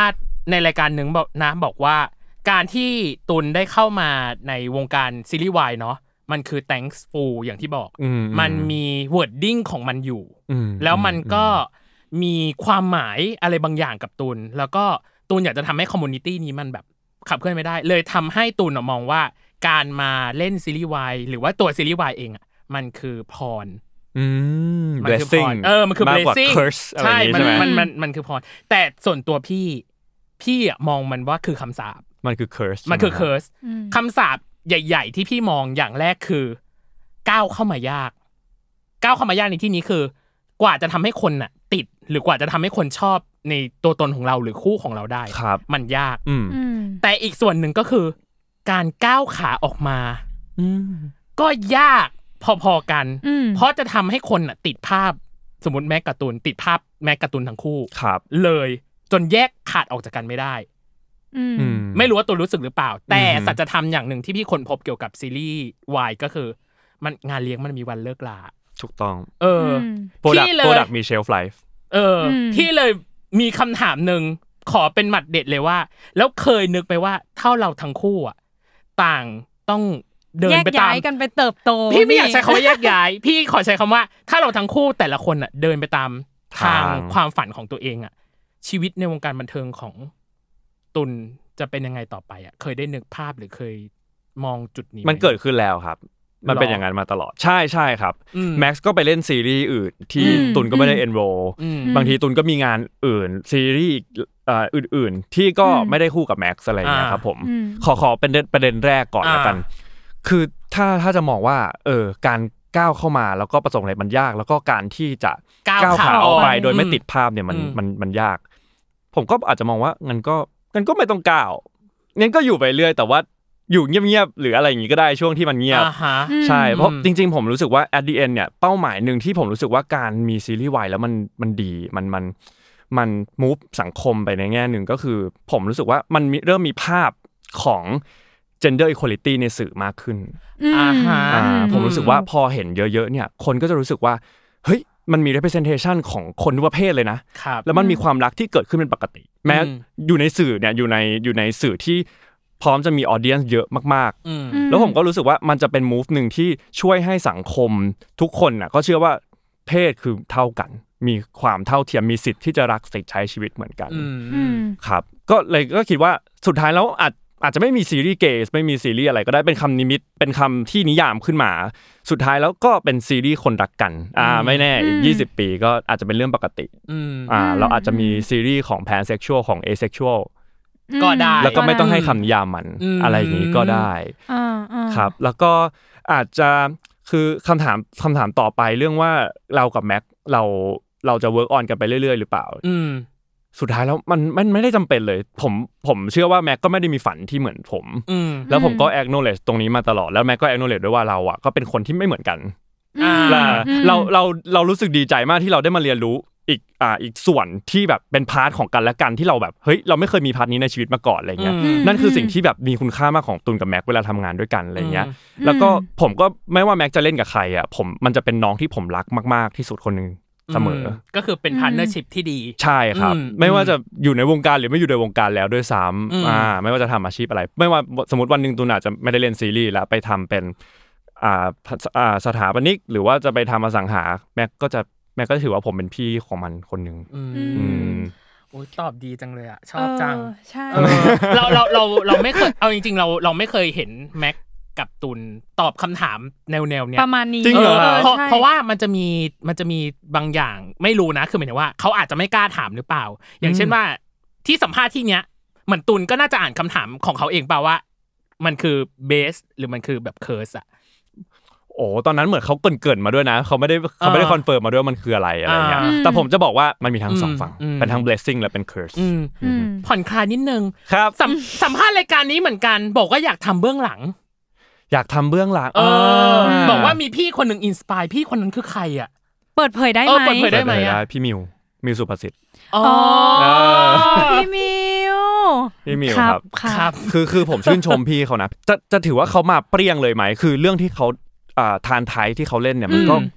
ในรายการนึงบอกว่าการที่ตุลได้เข้ามาในวงการซีรีส์วายเนาะมันคือ thankful อย่างที่บอกมันมี wording ของมันอยู่แล้วมันก็มีความหมายอะไรบางอย่างกับตุลแล้วก็ตุลอยากจะทำให้ community นี้มันแบบขับเคลื่อนไม่ได้เลยทำให้ตุลมองว่าการมาเล่นซีรีส์วายหรือว่าตัวซีรีส์วายเองอ่ะมันคือพรมันคือพรมันคือ blessing ใช่มันคือพรแต่ส่วนตัวพี่อ่ะมองมันว่าคือคำสาปมันคือ curse มันคือ curse คำสาปใหญ่ๆที่พี่มองอย่างแรกคือก้าวเข้ามายากในที่นี้คือกว่าจะทำให้คนน่ะติดหรือกว่าจะทำให้คนชอบในตัวตนของเราหรือคู่ของเราได้มันยากแต่อีกส่วนหนึ่งก็คือการก้าวขาออกมาก็ยากพอๆกันเพราะจะทำให้คนน่ะติดภาพสมมติแม็กการ์ตูนติดภาพแม็กการ์ตูนทั้งคู่เลยจนแยกขาดออกจากกันไม่ได้ไม่รู้ว่าตัวรู้สึกหรือเปล่าแต่สัจธรรมอย่างหนึ่งที่พี่คนพบเกี่ยวกับซีรีส์วายก็คือมันงานเลี้ยงมันมีวันเลิกลาถูกต้องพี่เลย product มี shelf life พี่เลยมีคำถามนึงขอเป็นหมัดเด็ดเลยว่าแล้วเคยนึกไปว่าเท่าเราทั้งคู่อ่ะต่างต้องเดินไปตามแยกย้ายกันไปเติบโตพี่ไม่อยากใช้คำว่าแยกย้ายพี่ขอใช้คำว่าถ้าเราทั้งคู่แต่ละคนอ่ะเดินไปตามทางความฝันของตัวเองอ่ะชีวิตในวงการบันเทิงของตุลจะเป็นยังไงต่อไปอ่ะเคยได้นึกภาพหรือเคยมองจุดนี้มันเกิดขึ้นแล้วครับมันเป็นอย่างนั้นมาตลอดใช่ครับแม็กซ์ก็ไปเล่นซีรีส์อื่นที่ตุลก็ไม่ได้เอนโรลบางทีตุลก็มีงานอื่นซีรีส์อื่นๆที่ก็ไม่ได้คู่กับแม็กซ์อะไรอย่างเงี้ยครับผมขอเป็นประเด็นแรกก่อนละกันคือถ้าจะมองว่าการก้าวเข้ามาแล้วก็ประสบอะไรมันยากแล้วก็การที่จะก้าวขาออกไปโดยไม่ติดภาพเนี่ยมันยากผมก็อาจจะมองว่างั้นก็ไม่ต้องก้าวงั้นก็อยู่ไปเรื่อยแต่ว่าอยู่เงียบๆหรืออะไรอย่างงี้ก็ได้ช่วงที่มันเงียบใช่เพราะจริงๆผมรู้สึกว่า at the end เนี่ยเป้าหมายนึงที่ผมรู้สึกว่าการมีซีรีส์วายแล้วมันดีมันมูฟสังคมไปในแง่นึงก็คือผมรู้สึกว่ามันเริ่มมีภาพของ gender equality ในสื่อมากขึ้นผมรู้สึกว่าพอเห็นเยอะๆเนี่ยคนก็จะรู้สึกว่าเฮ้ยมันมี representation ของคนทุกประเภทเลยนะแล้วมันมีความรักที่เกิดขึ้นเป็นปกติแม้อยู่ในสื่อเนี่ยอยู่ในสื่อที่พร้อมจะมีออเดียนซ์เยอะมากๆแล้วผมก็รู้สึกว่ามันจะเป็นมูฟนึงที่ช่วยให้สังคมทุกคนน่ะก็เชื่อว่าเพศคือเท่ากันมีความเท่าเทียมมีสิทธิ์ที่จะรักสิทธิ์ใช้ชีวิตเหมือนกันครับก็คิดว่าสุดท้ายแล้วอาจจะไม่มีซีรีส์เกย์ไม่มีซีรีส์อะไรก็ได้เป็นคำนิมิตเป็นคำที่นิยามขึ้นมาสุดท้ายแล้วก็เป็นซีรีส์คนรักกันไม่แน่อีก20 ปีก็อาจจะเป็นเรื่องปกติเราอาจจะมีซีรีส์ของแพนเซ็กชวลของเอเซ็กชวลก็ได้แล้วก็ไม่ต้องให้คำนิยามมันอะไรอย่างนี้ก็ได้ครับแล้วก็อาจจะคือคำถามต่อไปเรื่องว่าเรากับแม็กเราจะเวิร์กออนกันไปเรื่อยๆหรือเปล่าสุดท้ายแล้วมันไม่ได้จำเป็นเลยผมเชื่อว่าแม็กก็ไม่ได้มีฝันที่เหมือนผมแล้วผมก็ acknowledge ตรงนี้มาตลอดแล้วแม็กก็ acknowledge ด้วยว่าเราอ่ะก็เป็นคนที่ไม่เหมือนกันเรารู้สึกดีใจมากที่เราได้มาเรียนรู้อีกส่วนที่แบบเป็นพาร์ทของกันและกันที่เราแบบเฮ้ยเราไม่เคยมีพาร์ทนี้ในชีวิตมาก่อนอะไรเงี้ยนั่นคือสิ่งที่แบบมีคุณค่ามากของตุลกับแม็กเวลาทำงานด้วยกันอะไรเงี้ยแล้วก็ผมก็ไม่ว่าแม็กจะเล่นกับใครอ่ะมันจะเป็นน้องที่ผมรักมากๆที่สุดคนนึงเสมอก็คือเป็นพาร์ทเนอร์ชิพที่ดีใช่ครับไม่ว่าจะอยู่ในวงการหรือไม่อยู่ในวงการแล้วด้วยซ้ำไม่ว่าจะทำอาชีพอะไรไม่ว่าสมมติวันนึงตุลอาจจะไม่ได้เล่นซีรีส์แล้วไปทำเป็นสถาปนิกหรือว่าจะไปทำอสังหาแม็กก็ถือว่าผมเป็นพี่ของมันคนนึงโอ้ยตอบดีจังเลยอ่ะชอบจังใช่เราไม่เคยเอาจริงๆเราไม่เคยเห็นแม็กกับตุลตอบคำถามแนวเนี้ยประมาณนี้จริงเหรอเพราะว่ามันจะมีบางอย่างไม่รู้นะคือหมายถึงว่าเขาอาจจะไม่กล้าถามหรือเปล่าอย่างเช่นว่าที่สัมภาษณ์ที่เนี้ยเหมือนตุลก็น่าจะอ่านคำถามของเขาเองเปล่าว่ามันคือเบสหรือมันคือแบบเคิร์สอะโอ้ตอนนั้นเหมือนเขาเกินมาด้วยนะเขาไม่ได้คอนเฟิร์มมาด้วยมันคืออะไรเงี้ยแต่ผมจะบอกว่ามันมีทั้งสองฝั่งเป็นทั้ง blessing และเป็น curse ผ่อนคลายนิดนึงครับสัมภาษณ์รายการนี้เหมือนกันบอกว่าอยากทำเบื้องหลังอยากทำเบื้องหลังบอกว่ามีพี่คนหนึ่งอินสปายพี่คนนั้นคือใครอ่ะเปิดเผยได้ไหมเปิดเผยได้ไหมพี่มิวสุภสิทธิ์พี่มิวครับคือผมชื่นชมพี่เขานะจะถือว่าเขามาเปรี้ยงเลยไหมคือเรื่องที่เขาทานไทยที่เขาเล่นเนี่ยมันก็เ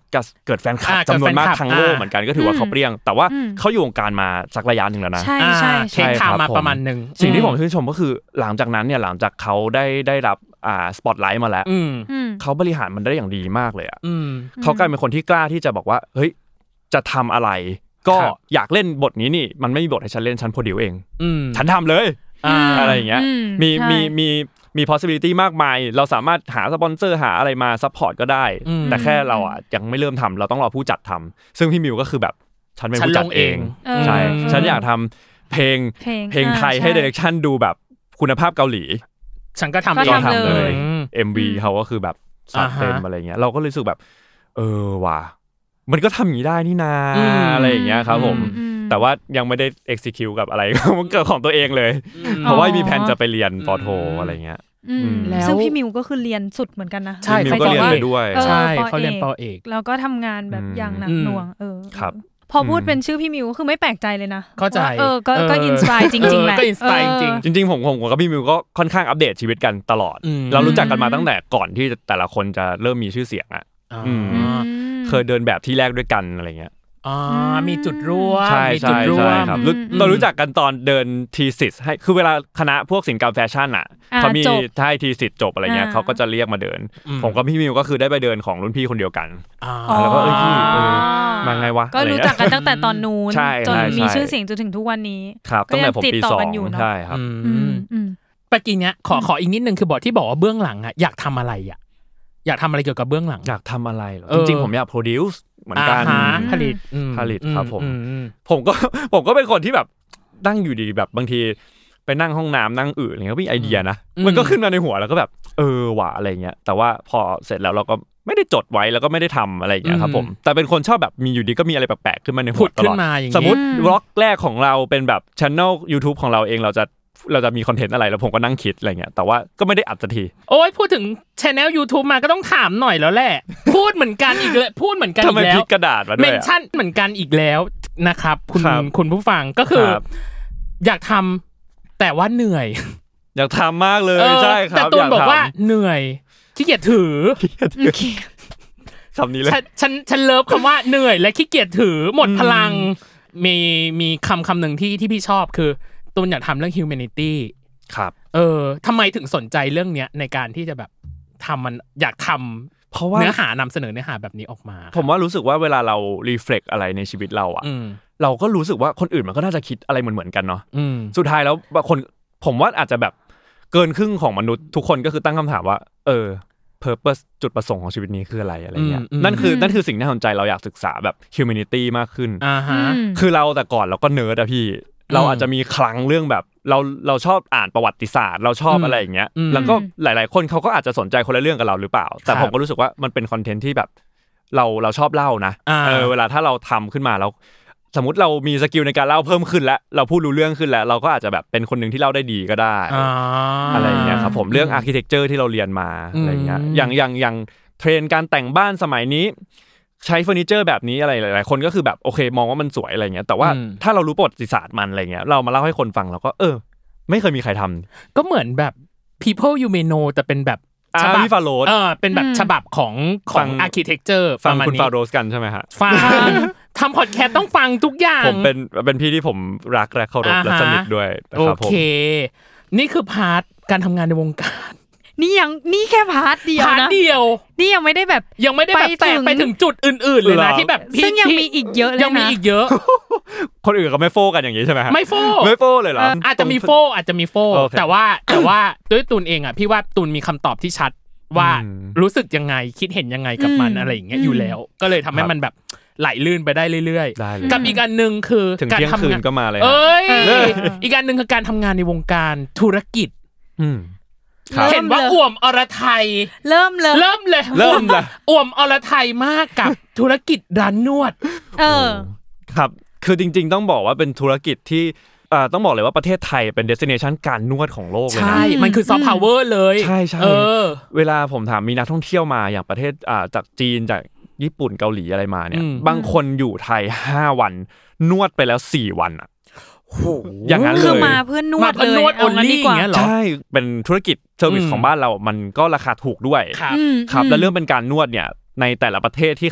เกิดแฟนคลับจำนวนมากทั้งโลกเหมือนกันก็ถือว่าเขาเปรี้ยงแต่ว่าเขาอยู่วงการมาสักระยะนึงแล้วนะใช่เทคข่าวมาประมาณนึงสิ่งที่ผมชื่นชมก็คือหลังจากนั้นเนี่ยหลังจากเขาได้รับสปอตไลท์มาแล้วเขาบริหารมันได้อย่างดีมากเลยอ่ะเขากลายเป็นคนที่กล้าที่จะบอกว่าเฮ้ยจะทำอะไรก็อยากเล่นบทนี้นี่มันไม่มีบทให้ฉันเล่นฉันโปรดิวเองฉันทำเลยอะไรอย่างเงี้ยมี possibility มากมายเราสามารถหาสปอนเซอร์หาอะไรมาซัพพอร์ตก็ได้แต่แค่เราอ่ะยังไม่เริ่มทำเราต้องรอผู้จัดทำซึ่งพี่มิวก็คือแบบฉันเป็นผู้จัดเองใช่ฉันอยากทำเพลงไทยให้ direction ดูแบบคุณภาพเกาหลีฉันก็ทำเลย MV เขาก็คือแบบสัดเต็มอะไรเงี้ยเราก็รู้สึกแบบว่ะมันก็ทำอย่างนี้ได้นี่นาอะไรอย่างเงี้ยครับผมแต่ว่ายังไม่ได้ execute กับอะไรมันเกิดของตัวเองเลยเพราะว่ามีแผนจะไปเรียนป.โทอะไรเงี้ยซึ่งพี่มิวก็คือเรียนสุดเหมือนกันนะใช่เขาก็เรียนไปด้วยใช่เขาเรียนป.เอกแล้วก็ทำงานแบบอย่างหนักหน่วงครับพอพูดเป็นชื่อพี่มิวก็คือไม่แปลกใจเลยนะเข้าใจก็อินสไปร์จริงๆแหละก็อินสไปร์จริงๆผมกับพี่มิวก็ค่อนข้างอัปเดตชีวิตกันตลอดเรารู้จักกันมาตั้งแต่ก่อนที่แต่ละคนจะเริ่มมีชื่อเสียงอ่ะเคยเดินแบบที่แรกด้วยกันอะไรเงี้ยมีจุดร่วมมีจุดร่วมเรารู้จักกันตอนเดินทีสิสให้คือเวลาคณะพวกศิลปกรรมแฟชั่นอ่ะเขามีให้ทีสิสจบอะไรเงี้ยเขาก็จะเรียกมาเดินผมกับพี่มิวก็คือได้ไปเดินของรุ่นพี่คนเดียวกันแล้วก็พี่มาไงวะก็รู้จักกันตั้งแต่ตอนนู้นจนมีชื่อเสียงจนถึงทุกวันนี้ตั้งแต่ผมปี2ใช่ครับปะกี้เนี้ยขออีกนิดนึงคือบอกที่บอกว่าเบื้องหลังอ่ะอยากทำอะไรอ่ะอยากทำอะไรเกี่ยวกับเบื้องหลังอยากทำอะไรเหรอจริงๆผมอยาก produce เหมือนกันผลิตครับผมก็เป็นคนที่แบบนั่งอยู่ดีแบบบางทีไปนั่งห้องน้ำนั่งอึอะไรเงี้ยมีไอเดียนะมันก็ขึ้นมาในหัวแล้วก็แบบว่ะอะไรเงี้ยแต่ว่าพอเสร็จแล้วเราก็ไม่ได้จดไว้แล้วก็ไม่ได้ทำอะไรเงี้ยครับผมแต่เป็นคนชอบแบบมีอยู่ดีก็มีอะไรแปลกๆขึ้นมาในหัวตลอดสมมติบล็อกแรกของเราเป็นแบบ channel YouTube ของเราเองเราจะมีคอนเทนต์อะไรแล้วผมก็นั่งคิดอะไรเงี้ยแต่ว่าก็ไม่ได้อัดสักทีโอ้ยพูดถึง channel YouTube มาก็ต้องถามหน่อยแล้วแหละพูดเหมือนกันอีกแล้วพูดเหมือนกันอีกแล้วทำไมพลิกกระดาษมาด้วยเมนชั่นเหมือนกันอีกแล้วนะครับคุณผู้ฟังก็คืออยากทำแต่ว่าเหนื่อยอยากทำมากเลยใช่ครับแต่ตูนบอกว่าเหนื่อยขี้เกียจถือคำนี้เลยฉันเลิฟคำว่าเหนื่อยและขี้เกียจถือหมดพลังมีคำหนึ่งที่พี่ชอบคือตูนอยากทำเรื่อง humanity ครับทำไมถึงสนใจเรื่องเนี้ยในการที่จะแบบทำมันอยากทำเพราะว่าเนื้อหานำเสนอเนื้อหาแบบนี้ออกมาผมว่ารู้สึกว่าเวลาเรา reflect อะไรในชีวิตเราอ่ะเราก็รู้สึกว่าคนอื่นมันก็น่าจะคิดอะไรเหมือนกันเนาะสุดท้ายแล้วบางคนผมว่าอาจจะแบบเกินครึ่งของมนุษย์ทุกคนก็คือตั้งคำถามว่าpurpose จุดประสงค์ของชีวิตนี้คืออะไรเงี้ยนั่นคือสิ่งที่น่าสนใจเราอยากศึกษาแบบ humanity มากขึ้นคือเราแต่ก่อนเราก็เนิร์ดอะพี่เราอาจจะมีคลังเรื่องแบบเราชอบอ่านประวัติศาสตร์เราชอบอะไรอย่างเงี้ยแล้วก็หลายๆคนเขาก็อาจจะสนใจคนละเรื่องกับเราหรือเปล่าแต่ผมก็รู้สึกว่ามันเป็นคอนเทนต์ที่แบบเราชอบเล่านะเวลาถ้าเราทำขึ้นมาแล้วสมมติเรามีสกิลในการเล่าเพิ่มขึ้นแล้วเราพูดรู้เรื่องขึ้นแล้วเราก็อาจจะแบบเป็นคนนึงที่เล่าได้ดีก็ได้อะไรอย่างเงี้ยครับผมเรื่องอาร์คิเทคเจอร์ที่เราเรียนมาอะไรอย่างเงี้ยอย่างเทรนด์การแต่งบ้านสมัยนี้ใช้เฟอร์นิเจอร์แบบนี้อะไรหลายๆคนก็คือแบบโอเคมองว่ามันสวยอะไรเงี้ยแต่ว่าถ้าเรารู้ประวัติศาสตร์มันอะไรเงี้ยเรามาเล่าให้คนฟังเราก็ไม่เคยมีใครทำก็เหมือนแบบ people you may know แต่เป็นแบบฉบับฟาโรสเป็นแบบฉบับของ architecture ฟังคุณฟาโรสกันใช่ไหมฮะฟังทำพอดแคสต์ต้องฟังทุกอย่างผมเป็นพี่ที่ผมรักและเคารพและสนิทด้วยนะครับผมโอเคนี่คือพาร์ทการทำงานในวงการนี่แค่พาร์ทเดียวนะนี่ยังไม่ได้แบบแตกไปถึงจุดอื่นๆเลยนะที่แบบซึ่งยังมีอีกเยอะเลยนะยังมีอีกเยอะคนอื่นก็ไม่โฟกันอย่างนี้ใช่ไหมฮะไม่โฟเลยเหรออาจจะมีโฟแต่ว่าด้วยตูนเองอ่ะพี่ว่าตูนมีคำตอบที่ชัดว่ารู้สึกยังไงคิดเห็นยังไงกับมันอะไรอย่างเงี้ยอยู่แล้วก็เลยทำให้มันแบบไหลลื่นไปได้เรื่อยๆกับอีกอันนึงคือการทำงานก็มาเลยอีกอันนึงคือการทำงานในวงการธุรกิจเห็นว่าอ่วมอรไทยเริ่มเลยอ่วมอรไทยมากกับธุรกิจร้านนวดครับคือจริงๆต้องบอกว่าเป็นธุรกิจที่ต้องบอกเลยว่าประเทศไทยเป็น destination การนวดของโลกเลยนะใช่มันคือซอฟต์พาวเวอร์เลยใช่เวลาผมถามมีนักท่องเที่ยวมาอย่างประเทศจากจีนจากญี่ปุ่นเกาหลีอะไรมาเนี่ยบางคนอยู่ไทย5วันนวดไปแล้ว4วันอ่ะอย่างนั้นเลยคือมาเพื่อนนวดเลยเอางั้นดีกว่าใช่เป็นธุรกิจเซอร์วิสของบ้านเรามันก็ราคาถูกด้วยครับแล้วเรื่องเป็นการนวดเนี่ยในแต่ละประเทศที่เขา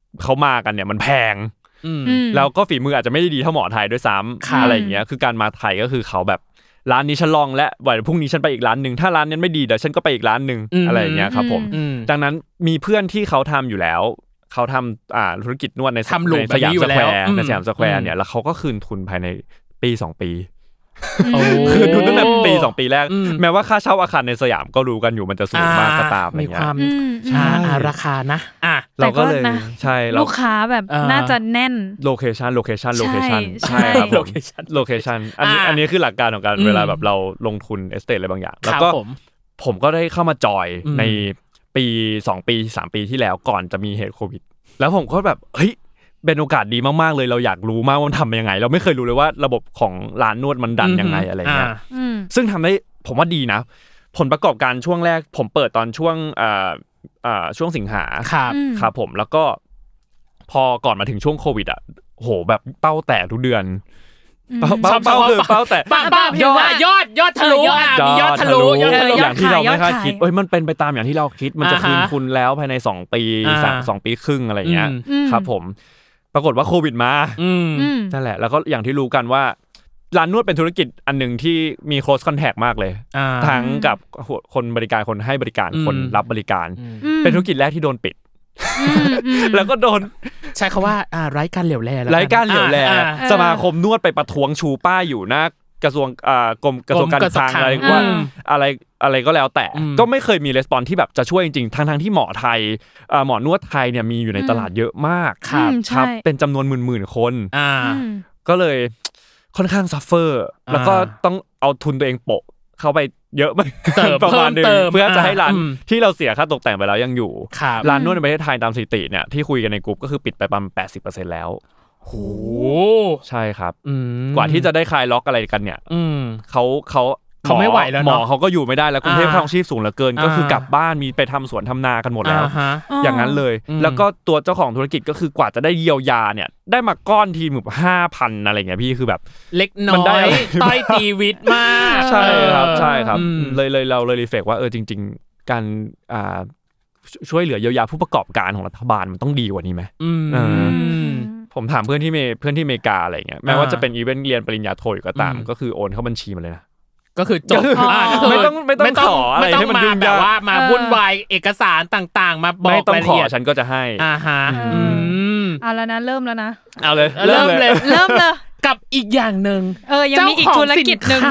เขามากันเนี่ยมันแพงแล้วก็ฝีมืออาจจะไม่ได้ดีเท่าหมอไทยด้วยซ้ำอะไรอย่างเงี้ยคือการมาไทยก็คือเขาแบบร้านนี้ฉันลองและวันพรุ่งนี้ฉันไปอีกร้านนึงถ้าร้านนั้นไม่ดีเดี๋ยวฉันก็ไปอีกร้านนึงอะไรอย่างเงี้ยครับผมดังนั้นมีเพื่อนที่เขาทำอยู่แล้วเขาทำธุรกิจนวดในสยามสแควร์เนี่ยแล้วเขาก็คืนทุนภายในปี2ปีคือทุนตั้งแต่ปี2ปีแรกแม้ว่าค่าเช่าอาคารในสยามก็รู้กันอยู่มันจะสูงมากก็ตามอะไรเงี้ยราคานะเราก็เลยใช่ลูกค้าแบบน่าจะแน่นโลเคชั่นใช่ครับโลเคชั่นอันนี้คือหลักการของการเวลาแบบเราลงทุนเอสเตทอะไรบางอย่างแล้วก็ผมก็ได้เข้ามาจอยในปี2ปี3ปีที่แล้วก่อนจะมีเหตุโควิดแล้วผมก็แบบเฮ้ยเป็นโอกาสดีมากๆเลยเราอยากรู้มากว่ามันทำยังไงเราไม่เคยรู้เลยว่าระบบของร้านนวดมันดันยังไงอะไรเงี้ยซึ่งทำได้ผมว่าดีนะผลประกอบการช่วงแรกผมเปิดตอนช่วงสิงหาครับผมแล้วก็พอก่อนมาถึงช่วงโควิดโหแบบเป้าแตกทุกเดือนเป้าคือเป้าแตกยอดทะลุมียอดทะลุอย่างที่เราไม่คาดคิดมันเป็นไปตามอย่างที่เราคิดมันจะคืนทุนแล้วภายใน2ปี2ปีครึ่งอะไรเงี้ยครับผมปรากฏว่าโควิดมานั่นแหละแล้วก็อย่างที่รู้กันว่าร้านนวดเป็นธุรกิจอันนึงที่มี close contact มากเลยทั้งกับคนบริการคนให้บริการคนรับบริการเป็นธุรกิจแรกที่โดนปิดแล้วก็โดนใช้คำว่าไร้การเหลียวแลสมาคมนวดไปประท้วงชูป้ายอยู่หน้ากระทรวงกรมกระทรวงการคลังอะไรว่าอะไรก็แล้วแต่ก็ไม่เคยมีรีสปอนส์ที่แบบจะช่วยจริงๆทั้งที่หมอไทยหมอนวดไทยเนี่ยมีอยู่ในตลาดเยอะมากครับเป็นจำนวนหมื่นๆคนก็เลยค่อนข้างซัฟเฟอร์แล้วก็ต้องเอาทุนตัวเองโปะเข้าไปเยอะมากประมาณนึงเพื่อจะให้ร้านที่เราเสียค่าตกแต่งไปแล้วยังอยู่ร้านนวดในประเทศไทยตามสถิติเนี่ยที่คุยกันในกลุ่มก็คือปิดไปประมาณ 80% แล้วโหใช่ครับกว่าที่จะได้คลายล็อกอะไรกันเนี่ยเขาไม่ไหวแล้วหมอเขาก็อยู่ไม่ได้แล้วกรุงเทพค่าครองชีพสูงเหลือเกินก็คือกลับบ้านมีไปทำสวนทำนากันหมดแล้วอย่างนั้นเลยแล้วก็ตัวเจ้าของธุรกิจก็คือกว่าจะได้เยียวยาเนี่ยได้มาก้อนทีแบบ 5,000 อะไรเงี้ยพี่คือแบบเล็กน้อยต้อยตีวิตมากใช่ครับเลยเราเลยรีเฟกว่าจริงๆการช่วยเหลือเยียวยาผู้ประกอบการของรัฐบาลมันต้องดีกว่านี้ไหมผมถามเพื่อนที่อเมริกาอะไรเงี้ยแม้ว่าจะเป็นอีเวนต์เรียนปริญญาโทอยู่ก็ตามก็คือโอนเข้าบัญชีมาเลยนะก็คือจบไม่ต้องขออะไรให้มันยุ่งยากว่ามาวุ่นวายเอกสารต่างๆมาบอกรายละเอียดฉันก็จะให้เอาแล้วนะเริ่มแล้วนะเอาเลยเริ่มเลยกับอีกอย่างนึงยังมีอีกธุรกิจนึง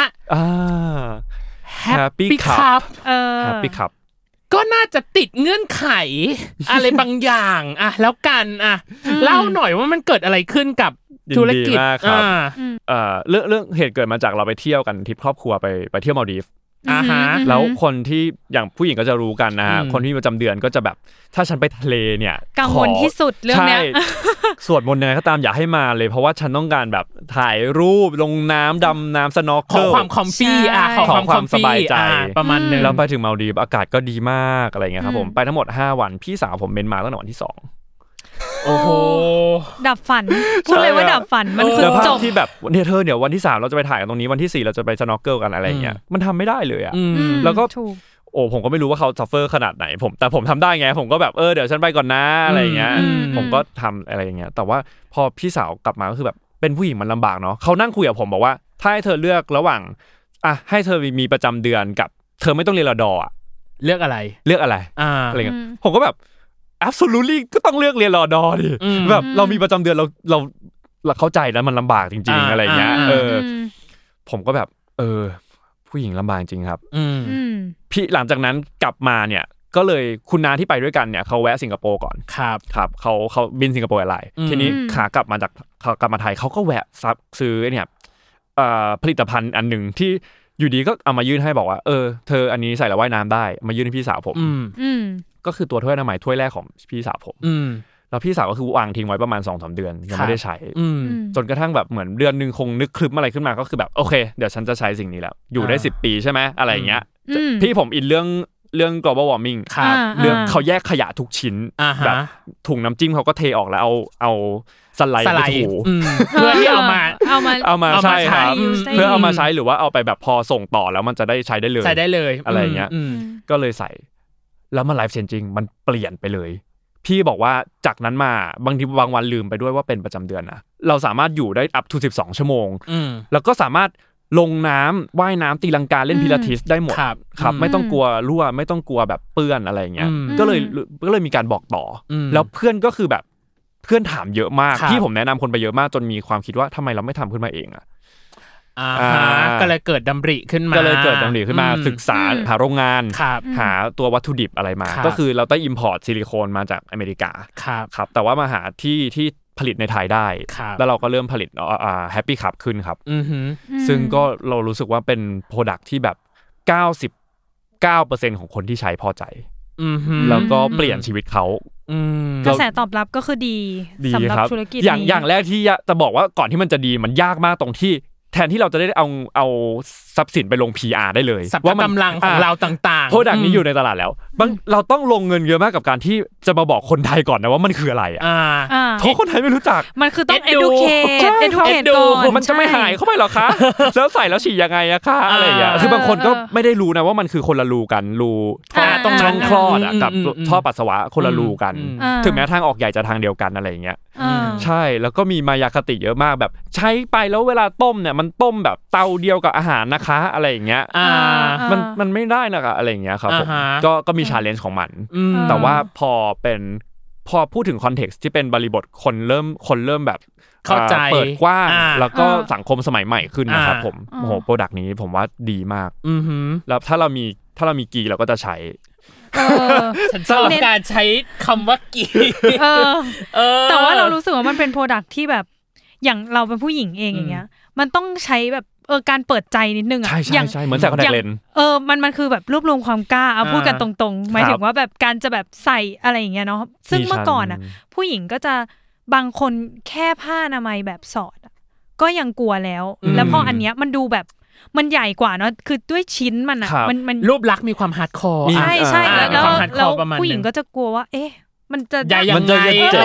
Happy Cup Happy Cup ก็น่าจะติดเงื่อนไขอะไรบางอย่างแล้วกันเล่าหน่อยว่ามันเกิดอะไรขึ้นกับธุรกิจครับเรื่องเหตุเกิดมาจากเราไปเที่ยวกันทริปครอบครัวไปเที่ยวมาลดีฟแล้วคนที่อย่างผู้หญิงก็จะรู้กันนะฮะคนที่ประจำเดือนก็จะแบบถ้าฉันไปทะเลเนี่ยกังวลที่สุดเรื่องเนี้ยสวดมนต์ยังไงก็ตามอย่าให้มาเลยเพราะว่าฉันต้องการแบบถ่ายรูปลงน้ำดำน้ำสน็อกเกิลขอความคอมฟี่ขอความสบายใจประมาณนึงแล้วไปถึงมาลดีฟอากาศก็ดีมากอะไรเงี้ยครับผมไปทั้งหมด5วันพี่สาวผมเมนมาตั้งแต่วันที่2 โอ้โหดับฝันพูดเลยว่าดับฝันมันคือจบที่แบบเนี่ยเธอเนี่ยวันที่3เราจะไปถ่ายกันตรงนี้วันที่4เราจะไปสน็อกเกิลกันอะไรอย่างเงี้ยมันทำไม่ได้เลยอ่ะแล้วก็ผมก็ไม่รู้ว่าเขาซัฟเฟอร์ขนาดไหนแต่ผมทำได้ไงผมก็แบบเดี๋ยวฉันไปก่อนนะอะไรอย่างเงี้ยผมก็ทำอะไรอย่างเงี้ยแต่ว่าพอพี่สาวกลับมาก็คือแบบเป็นผู้หญิงมันลำบากเนาะเขานั่งคุยกับผมบอกว่าถ้าให้เธอเลือกระหว่างให้เธอมีประจำเดือนกับเธอไม่ต้องเรียนรดอ่ะเลือกอะไรอะไรเงี้ยผมก็แบบabsolutely ก็ต้องเลือกเรียนรอดอดิแบบเรามีประจำเดือนเราเข้าใจแล้วมันลำบากจริงๆอะไรเงี้ยผมก็แบบผู้หญิงลำบากจริงครับพี่หลังจากนั้นกลับมาเนี่ยก็เลยคุณน้าที่ไปด้วยกันเนี่ยเขาแวะสิงคโปร์ก่อนครับเขาบินสิงคโปร์อะไรทีนี้ขากลับมาไทยเขาก็แวะซื้อเนี่ยผลิตภัณฑ์อันหนึ่งที่อยู่ดีก็เอามายื่นให้บอกว่าเธออันนี้ใส่แล้วว่ายน้ำได้มายื่นให้พี่สาวผมก็คือตัวถ้วยน้ำใหม่ถ้วยแรกของพี่สาวผมแล้วพี่สาวก็คือวางทิ้งไว้ประมาณ 2-3 เดือนยังไม่ได้ใช้จนกระทั่งแบบเหมือนเดือนนึงคงนึกคลึ้มอะไรขึ้นมาก็คือแบบโอเคเดี๋ยวฉันจะใช้สิ่งนี้แล้วอยู่ได้10 ปีใช่ไหมอะไรอย่างเงี้ยพี่ผมอินเรื่อง global warming เรื่องเขาแยกขยะทุกชิ้นแบบถุงน้ำจิ้มเขาก็เทออกแล้วเอาสไลด์ไปถูเพื่อที่เอามาใช่ครับเพื่อเอามาใช้หรือว่าเอาไปแบบพอส่งต่อแล้วมันจะได้ใช้ได้เลยอะไรอย่างเงี้ยก็เลยใส่แล้วมันไลฟ์เชนจิ้งมันเปลี่ยนไปเลยพี่บอกว่าจากนั้นมาบางวันลืมไปด้วยว่าเป็นประจำเดือนนะเราสามารถอยู่ได้ up to 12 ชั่วโมงแล้วก็สามารถลงน้ำว่ายน้ำตีลังกาเล่นพิลาทิสได้หมดครับไม่ต้องกลัวรั่วไม่ต้องกลัวแบบเปื้อนอะไรอย่างเงี้ยก็เลยมีการบอกต่อแล้วเพื่อนก็คือแบบเพื่อนถามเยอะมากที่ผมแนะนำคนไปเยอะมากจนมีความคิดว่าทำไมเราไม่ทำขึ้นมาเองอ่ะก็เลยเกิดดำริขึ้นมาศึกษาหาโรงงานหาตัววัตถุดิบอะไรมาก็คือเราต้อง import ซิลิโคนมาจากอเมริกาครับแต่ว่ามาหาที่ผลิตในไทยได้แล้วเราก็เริ่มผลิตHappy Cup ขึ้นครับซึ่งก็เรารู้สึกว่าเป็น product ที่แบบ 99% ของคนที่ใช้พอใจแล้วก็เปลี่ยนชีวิตเขากระแสตอบรับก็คือดีสำหรับธุรกิจนี้อย่างแรกที่จะบอกว่าก่อนที่มันจะดีมันยากมากตรงที่แทนที่เราจะได้เอาทรัพย์สินไปลง PR ได้เลยว่ากำลังของเราต่างๆโปรดักต์นี้อยู่ในตลาดแล้วเราต้องลงเงินเยอะมากกับการที่จะมาบอกคนไทยก่อนนะว่ามันคืออะไรเพราะคนไทยไม่รู้จักมันคือต้อง educate ก่อนมันจะไม่หายเข้าไปหรอคะแล้วใส่แล้วฉี่ยังไงอะคะอะไรอย่างเงี้ยคือบางคนก็ไม่ได้รู้นะว่ามันคือคนละรูกันรูตรงช่องคลอดกับท่อปัสสาวะคนละรูกันถึงแม้ทางออกใหญ่จะทางเดียวกันอะไรอย่างเงี้ยใช่แล้วก็มีมายาคติเยอะมากแบบใช้ไปแล้วเวลาต้มเนี่ยมันต้มแบบเตาเดียวกับอาหารนะคะอะไรอย่างเงี้ยมันไม่ได้นะคะอะไรอย่างเงี้ยครับผมก็มี challenge ของมันแต่ว่าพอพูดถึงคอนเท็กซ์ที่เป็นบริบทคนเริ่มแบบเข้าใจเปิดกว้างแล้วก็สังคมสมัยใหม่ขึ้นนะครับผมโอ้โหโปรดักต์นี้ผมว่าดีมากแล้วถ้าเรามีกีเราก็จะใช้ฉันชอบการใช้คำว่ากีแต่ว่าเรารู้สึกว่ามันเป็นโปรดักต์ที่แบบอย่างเราเป็นผู้หญิงเองอย่างเงี้ยมันต้องใช้แบบการเปิดใจนิดนึงอ่ะใช่เหมือนใส่คอนแทคเลนส์มันคือแบบรวบรวมความกล้าพูดกันตรงๆหมายถึงว่าแบบการจะแบบใส่อะไรอย่างเงี้ยเนาะซึ่งเมื่อก่อนอ่ะผู้หญิงก็จะบางคนแค่ผ้าอนามัยแบบสอดก็ยังกลัวแล้วพออันเนี้ยมันดูแบบมันใหญ่กว่าเนาะคือด้วยชิ้นมันอ่ะมันรูปลักษณ์มีความฮาร์ดคอร์ใช่แล้วผู้หญิงก็จะกลัวว่าเอ๊ะมันจะยังไง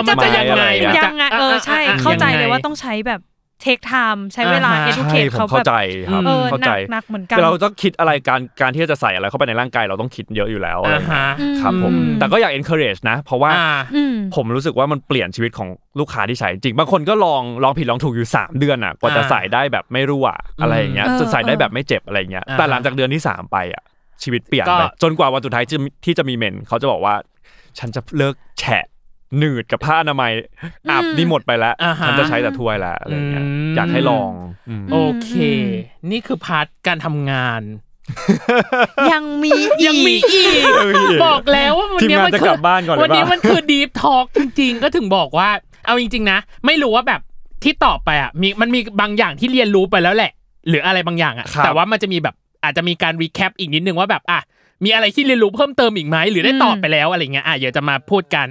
ใช่เข้าใจเลยว่าต้องใช้แบบเทคไทม์ใช้เวลา educate เขาแบบเข้าใจครับเข้าใจหนักเหมือนกันเราต้องคิดอะไรการที่จะใส่อะไรเข้าไปในร่างกายเราต้องคิดเยอะอยู่แล้วครับผมแต่ก็อยาก encourage นะเพราะว่าผมรู้สึกว่ามันเปลี่ยนชีวิตของลูกค้าที่ใช้จริงบางคนก็ลองผิดลองถูกอยู่3เดือนอ่ะกว่าจะใส่ได้แบบไม่รั่วอะไรอย่างเงี้ยจะใส่ได้แบบไม่เจ็บอะไรอย่างเงี้ยแต่หลังจากเดือนที่3ไปอ่ะชีวิตเปลี่ยนไปจนกว่าวันสุดท้ายที่จะมีเมนเขาจะบอกว่าฉันจะเลิกแฉะหนืดกับผ้าอนามัยอาบนี่หมดไปแล้วฉันจะใช้แต่ถ้วยแล้วอะไรเงี้ยอยากให้ลองโอเคนี่คือพาร์ทการทำงานยังมีอีกบอกแล้วว่าวันนี้มันจะกลับบ้านก่อนวันนี้มันคือ deep talk จริงๆก็ถึงบอกว่าเอาจริงๆนะไม่รู้ว่าแบบที่ตอบไปอ่ะมันมีบางอย่างที่เรียนรู้ไปแล้วแหละหรืออะไรบางอย่างอ่ะแต่ว่ามันจะมีแบบอาจจะมีการ recap อีกนิดนึงว่าแบบมีอะไรที่เรียนรู้เพิ่มเติมอีกไหมหรือได้ตอบไปแล้วอะไรเงี้ยเดี๋ยวจะมาพูดกัน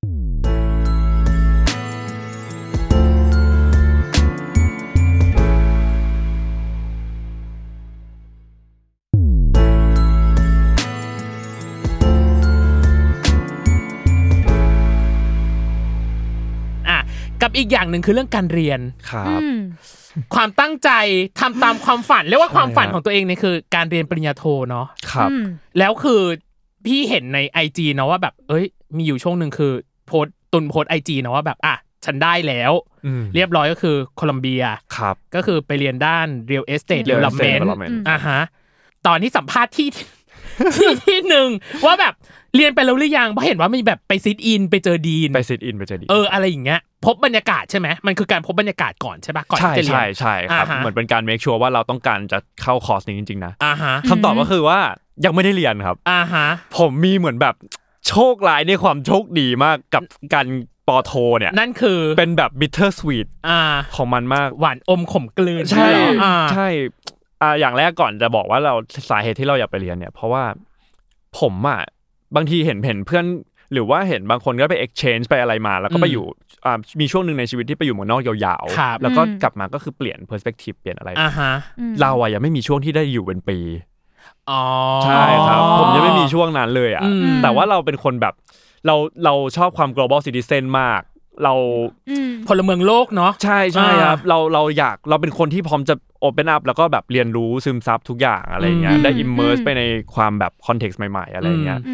กับอีกอย่างหนึ่งคือเรื่องการเรียนครับความตั้งใจทำตามความฝันเรียกว่าความฝันของตัวเองเนี่ยคือการเรียนปริญญาโทเนาะครับแล้วคือพี่เห็นใน IG เนาะว่าแบบมีอยู่ช่วงนึงคือโพสต์ IG เนาะว่าแบบฉันได้แล้วเรียบร้อยก็คือโคลัมเบียครับก็คือไปเรียนด้าน Real Estate Development ตอนที่สัมภาษณ์ที่นึงว่าแบบเรียนไปแล้วหรือยังเพราะเห็นว่ามีแบบไปซิทอินไปเจอดีนอะไรอย่างเงี้ยพบบรรยากาศใช่ไหมมันคือการพบบรรยากาศก่อนใช่ปะก่อนที่จะเรียนใช่ครับเหมือนเป็นการเมคชัวร์ว่าเราต้องการจะเข้าคอร์สนี้จริงๆนะคำตอบก็คือว่ายังไม่ได้เรียนครับผมมีเหมือนแบบโชคร้ายในความโชคดีมากกับการปอโทเนี่ยนั่นคือเป็นแบบ bitter sweet ของมันมากหวานอมขมกลืนใช่อย่างแรกก่อนจะบอกว่าเราสาเหตุที่เราอยากไปเรียนเนี่ยเพราะว่าผมบางทีเห็นเพื่อนหรือว่าเห็นบางคนก็ไป exchange ไปอะไรมาแล้วก็ไปอยู่มีช่วงนึงในชีวิตที่ไปอยู่เมืองนอกยาวๆแล้วก็กลับมาก็คือเปลี่ยน perspective เปลี่ยนอะไรเรายังไม่มีช่วงที่ได้อยู่เป็นปีใช่ครับผมยังไม่มีช่วงนั้นเลยแต่ว่าเราเป็นคนแบบเราชอบความ global citizen มากเราพลเมืองโลกเนาะใช่ครับเราเป็นคนที่พร้อมจะ open up แล้วก็แบบเรียนรู้ซึมซับทุกอย่างอะไรเงี้ยได้ immerse ไปในความแบบ context ใหม่ๆอะไรเงี้ย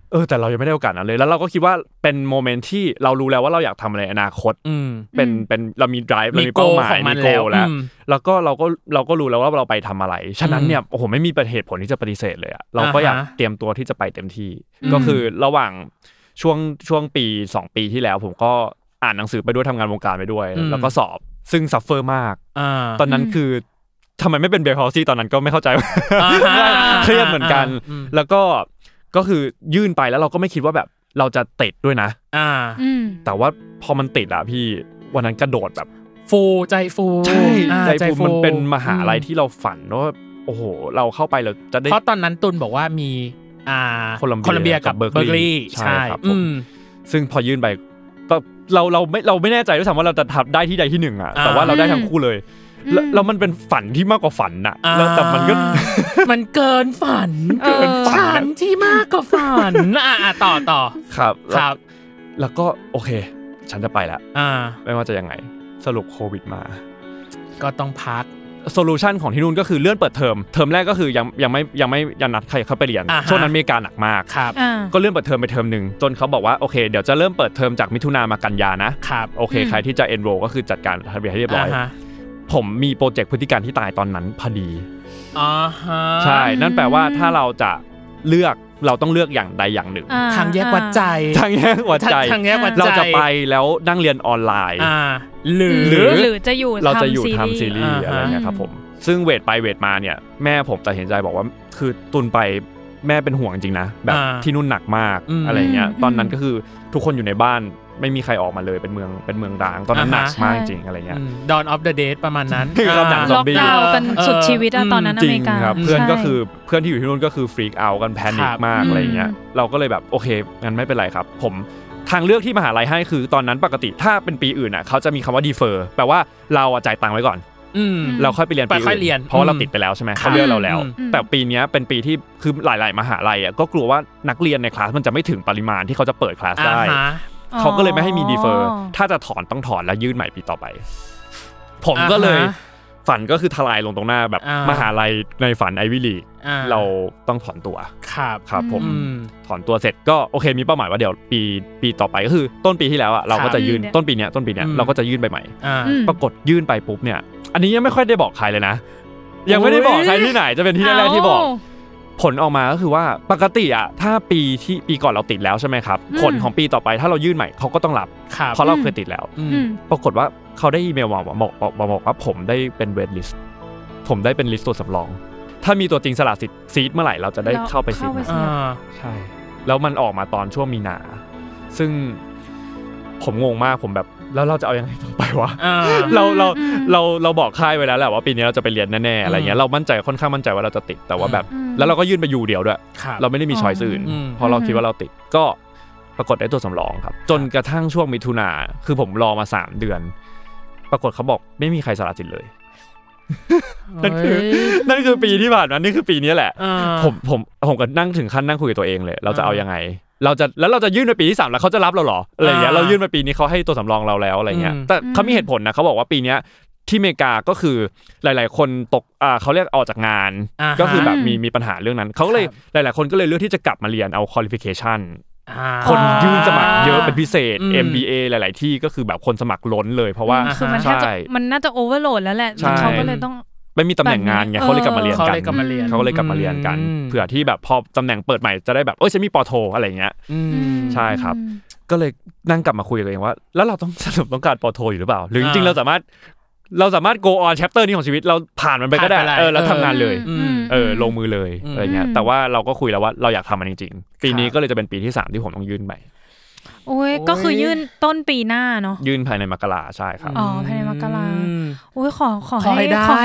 แต่เรายังไม่ได้โอกาสนั้นเลยแล้วเราก็คิดว่าเป็นโมเมนต์ที่เรารู้แล้วว่าเราอยากทำอะไรอนาคตเป็นเรามี drive เรามีเป้าหมายมีโกแล้วก็เราก็รู้แล้วว่าเราไปทำอะไรฉะนั้นเนี่ยโอ้โหไม่มีเหตุผลที่จะปฏิเสธเลยอ่ะเราก็อยากเตรียมตัวที่จะไปเต็มที่ก็คือระหว่างช่วงปี2ปีที่แล้วผมก็อ่านหนังสือไปด้วยทำงานวงการไปด้วยแล้วก็สอบซึ่งซัฟเฟอร์มากตอนนั้นคือทำไมไม่เป็นเบลพาวซี่ตอนนั้นก็ไม่เข้าใจเครียดเหมือนกันแล้วก็คือยื่นไปแล้วเราก็ไม่คิดว่าแบบเราจะติดด้วยนะแต่ว่าพอมันติดอะพี่วันนั้นกระโดดแบบฟูใจฟูใช่ใจฟูมันเป็นมหาลัยที่เราฝันว่าโอ้โหเราเข้าไปเราจะได้เพราะตอนนั้นตุลบอกว่ามีโคลัมเบียกับเบอร์กลีย์ใช่ครับซึ่งพอยื่นไปเราไม่แน่ใจด้วยซ้ำว่าเราจะทำได้ที่ใดที่หนึ่งอะแต่ว่าเราได้ทั้งคู่เลยแล้วมันเป็นฝันที่มากกว่าฝันน่ะแล้วแต่มันก็มันเกินฝันฝันที่มากกว่าฝันต่อครับแล้วก็โอเคฉันจะไปแล้วไม่ว่าจะยังไงสรุปโควิดมาก็ต้องพักโซลูชันของที่นู่นก็คือเลื่อนเปิดเทอมแรกก็คือยังไม่นัดใครเข้าไปเรียนช่วงนั้นอเมริกาหนักมากก็เลื่อนเปิดเทอมไปเทอมนึงจนเขาบอกว่าโอเคเดี๋ยวจะเริ่มเปิดเทอมจากมิถุนายนมากันยานะโอเคใครที่จะ enroll ก็คือจัดการทะเบียนให้เรียบร้อยผมมีโปรเจกต์พฤติการที่ตายตอนนั้นพอดีใช่นั่นแปลว่าถ้าเราจะเลือกเราต้องเลือกอย่างใดอย่างหนึ่งทางแยกวัดใจเราจะไปแล้วนั่งเรียนออนไลน์หรือจะอยู่เราจะอยู่ทำซีรีส์อะไรเงี้ยครับผมซึ่งเวทไปเวทมาเนี่ยแม่ผมตัดสินใจบอกว่าคือตุนไปแม่เป็นห่วงจริงนะแบบที่นู่นหนักมากอะไรเงี้ยตอนนั้นก็คือทุกคนอยู่ในบ้านไม่มีใครออกมาเลยเป็นเมืองร้างตอนนั้นหนักมากจริงอะไรเงี้ย Dawn of the Dead ประมาณนั้นหนังซอมบี้ล็อกดาวน์กันสุดชีวิตตอนนั้นอเมริกาครับเพื่อนก็คือเพื่อนที่อยู่ที่นู่นก็คือฟรีกเอาท์กันแพนิคมากอะไรเงี้ยเราก็เลยแบบโอเคงั้นไม่เป็นไรครับผมทางเลือกที่มหาลัยให้คือตอนนั้นปกติถ้าเป็นปีอื่นอ่ะเขาจะมีคำว่า defer แปลว่าเราจ่ายตังค์ไว้ก่อนเราค่อยไปเรียนปีอื่นเพราะเราติดไปแล้วใช่ไหมเขาเลือกเราแล้วแต่ปีนี้เป็นปีที่คือหลายๆมหาลัยก็กลัวว่านักเรียนในคลาสมันจะไม่ถึงปริมาณที่เขาจะเปิดคลาสได้เขาก็เลยไม่ให้มีดีเฟอร์ถ้าจะถอนต้องถอนแล้วยื่นใหม่ปีต่อไปผมก็เลยฝันก็คือทลายลงตรงหน้าแบบมหาลัยในฝันไอวิลีเราต้องถอนตัวครับผมถอนตัวเสร็จก็โอเคมีเป้าหมายว่าเดี๋ยวปีต่อไปก็คือต้นปีที่แล้วอ่ะเราก็จะยื่นต้นปีเนี้ยเราก็จะยื่นไปใหม่ปรากฏยื่นไปปุ๊บเนี่ยอันนี้ยังไม่ค่อยได้บอกใครเลยนะยังไม่ได้บอกใครที่ไหนจะเป็นที่แรกๆที่บอกผลออกมาก็คือว่าปกติอ่ะถ้าปีก่อนเราติดแล้วใช่ไหมครับผลของปีต่อไปถ้าเรายื่นใหม่เขาก็ต้องรับเพราะเราเคยติดแล้วปรากฏว่าเขาได้อีเมลมาบอกว่าผมได้เป็นเวทลิสต์ผมได้เป็นลิสต์ตัวสำรองถ้ามีตัวจริงสละสิทธิ์ซีดเมื่อไหร่เราจะได้เข้าไปซีดใช่แล้วมันออกมาตอนช่วงมีนาซึ่งผมงงมากผมแบบแล้วเราจะเอายังไงต่อไปวะเราบอกค่ายไว้แล้วแหละว่าปีนี้เราจะไปเรียนแน่ๆอะไรเงี้ยเรามั่นใจค่อนข้างมั่นใจว่าเราจะติดแต่ว่าแบบแล้วเราก็ยื่นไปอยู่เดียวด้วยเราไม่ได้มีช้อยส์อื่นเพราะเราคิดว่าเราติดก็ปรากฏได้ตัวสำรองครับจนกระทั่งช่วงมิถุนาคือผมรอมา3เดือนปรากฏเขาบอกไม่มีใครสละสิทธิ์เลยนั่นคือปีที่ผ่านมานี่คือปีนี้แหละผมก็นั่งถึงขั้นนั่งคุยกับตัวเองเลยเราจะเอายังไงเราจะยื่นไปปีที่3แล้วเขาจะรับเราหรออะไรเงี้ยเรายื่นไปปีนี้เขาให้ตัวสำรองเราแล้วอะไรเงี้ยแต่เขามีเหตุผลนะเขาบอกว่าปีนี้ที่อเมริกาก็คือหลายๆคนตกเขาเรียกออกจากงานก็คือแบบมีปัญหาเรื่องนั้นเขาเลยหลายๆคนก็เลยเลือกที่จะกลับมาเรียนเอา qualification คนยื่นสมัครเยอะเป็นพิเศษ MBA หลายๆที่ก็คือแบบคนสมัครล้นเลยเพราะว่าคือมันน่าจะโอเวอร์โหลดแล้วแหละเขาก็เลยต้องไม่มีตำแหน่งงานไงเขาเลยกลับมาเรียนกันเขาเลยกลับมาเรียนกันเผื่อที่แบบพอตำแหน่งเปิดใหม่จะได้แบบฉันมีป.โทอะไรเงี้ยใช่ครับก็เลยนั่งกลับมาคุยกันเองว่าแล้วเราต้องสรุปต้องการป.โทอยู่หรือเปล่าหรือจริงๆเราสามารถ go on chapter นี้ของชีวิตเราผ่านมันไปก็ได้แล้วทำงานเลยลงมือเลยอะไรเงี้ยแต่ว่าเราก็คุยแล้วว่าเราอยากทำมันจริงๆปีนี้ก็เลยจะเป็นปีที่3ที่ผมต้องยื่นไปโอ้ยก็คือยื่นต้นปีหน้าเนาะยื่นภายในมกราใช่ครับภายในมกราโอ้ยขอให้ติดขอ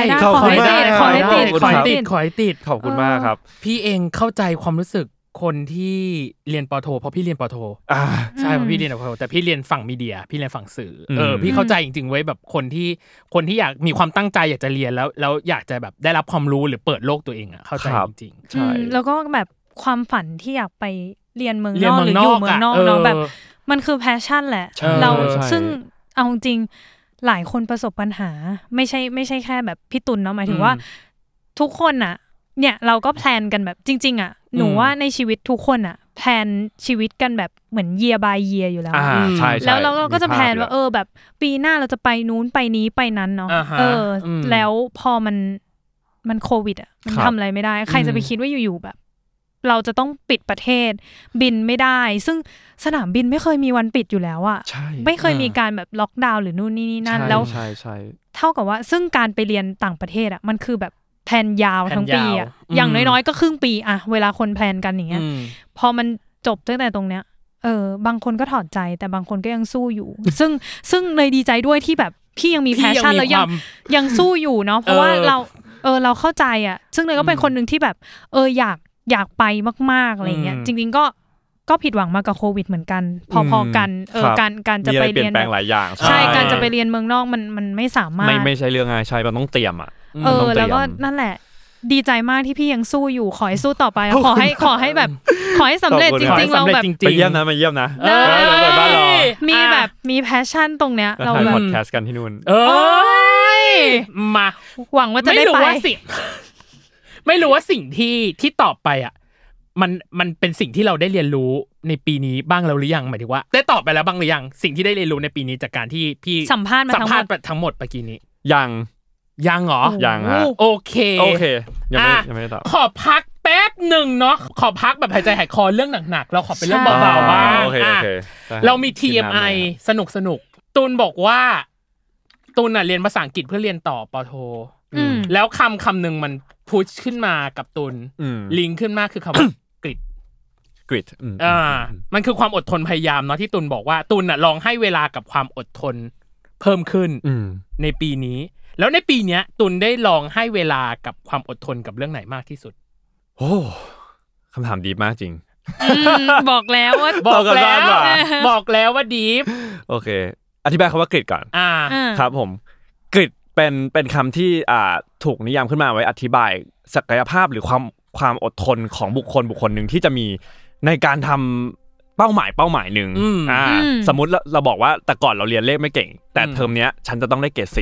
ให้ติดขอบคุณมากครับพี่เองเข้าใจความรู้สึกคนที่เรียนป.โทเพราะพี่เรียนป.โทใช่เพราะพี่เรียนป.โทแต่พี่เรียนฝั่งมีเดียพี่เรียนฝั่งสื่อพี่เข้าใจจริงๆไว้แบบคนที่อยากมีความตั้งใจอยากจะเรียนแล้วอยากจะแบบได้รับความรู้หรือเปิดโลกตัวเองอ่ะเข้าใจจริงๆใช่แล้วก็แบบความฝันที่อยากไปเรียนเมืองนอกหรืออยู่เมืองนอกเนาะแบบมันคือแพชชั่นแหละเราซึ่งเอาจริงหลายคนประสบปัญหาไม่ใช่แค่แบบพี่ตุลเนาะหมายถึงว่าทุกคนอ่ะเนี่ยเราก็แพลนกันแบบจริงๆอ่ะหนูว่าในชีวิตทุกคนอ่ะแพลนชีวิตกันแบบเหมือน year by year อยู่แล้วใช่แล้วเราก็จะแพลนว่าแบบปีหน้าเราจะไปนู้นไปนี้ไปนั้นเนาะแล้วพอมันโควิดอ่ะมันทำอะไรไม่ได้ใครจะไปคิดว่าอยู่ๆแบบเราจะต้องปิดประเทศบินไม่ได้ซึ่งสนามบินไม่เคยมีวันปิดอยู่แล้วอ่ะไม่เคยมีการแบบล็อกดาวน์หรือนู่นนี่นั่นแล้วเท่ากับว่าซึ่งการไปเรียนต่างประเทศอ่ะมันคือแบบแพลนยาวทั้งปีอ่ะอย่างน้อยๆก็ครึ่งปีอ่ะเวลาคนแพลนกันอย่างเงี้ยพอมันจบตั้งแต่ตรงเนี้ยบางคนก็ถอดใจแต่บางคนก็ยังสู้อยู่ซึ่งเลยดีใจด้วยที่แบบพี่ยังมีแพชชั่นแล้วยังสู้อยู่เนาะเพราะว่าเราเข้าใจอ่ะซึ่งเลยก็เป็นคนนึงที่แบบอยากไปมากๆอะไรเงี้ยจริงๆก็ผิดหวังมากับโควิดเหมือนกันพอๆกันการจะไปเรียนหลายอย่างใช่การจะไปเรียนเมืองนอกมันไม่สามารถไม่ใช่เรื่องง่ายใช่มันต้องเตรียมอ่ะแล้วก็นั่นแหละดีใจมากที่พี่ยังสู้อยู่ขอให้สู้ต่อไปขอให้แบบขอให้สำเร็จจริงๆเราแบบไปเยี่ยมนะมีแพชชั่นตรงเนี้ยเราแบบพอดแคสต์กันที่นู่นมาหวังว่าจะได้ไปไม่รู้ว่าสิ่งที่ตอบไปอ่ะมันเป็นสิ่งที่เราได้เรียนรู้ในปีนี้บ้างแล้วหรือยังหมายถึงว่าได้ตอบไปแล้วบ้างหรือยังสิ่งที่ได้เรียนรู้ในปีนี้จากการที่พี่สัมภาษณ์ทั้งหมดเมื่อกี้นี้ยังเหรอยังฮะโอเคยังไม่ตอบขอพักแป๊บหนึ่งเนาะขอพักแบบหายใจหายคอเรื่องหนักๆเราขอเป็นเรื่องเบาๆบ้างเรามี TMI สนุกตูนบอกว่าตูนน่ะเรียนภาษาอังกฤษเพื่อเรียนต่อป.โทแล้วคำนึงมันพุชขึ้นมากับตูนลิงก์ขึ้นมาคือคำว่ากริดมันคือความอดทนพยายามเนาะที่ตูนบอกว่าตูนน่ะลองให้เวลากับความอดทนเพิ่มขึ้นในปีนี้แล้วในปีนี้ตุนได้ลองให้เวลากับความอดทนกับเรื่องไหนมากที่สุดโอ้คำถามดีมากจริงบอกแล้วว่าดีฟโอเคอธิบายคำว่ากริดก่อนครับผมกริดเป็นคำที่ถูกนิยามขึ้นมาไว้อธิบายศักยภาพหรือความอดทนของบุคคลนึงที่จะมีในการทำเป้าหมายนึงสมมุติเราบอกว่าแต่ก่อนเราเรียนเลขไม่เก่งแต่เทอมเนี้ยฉันจะต้องได้เกรด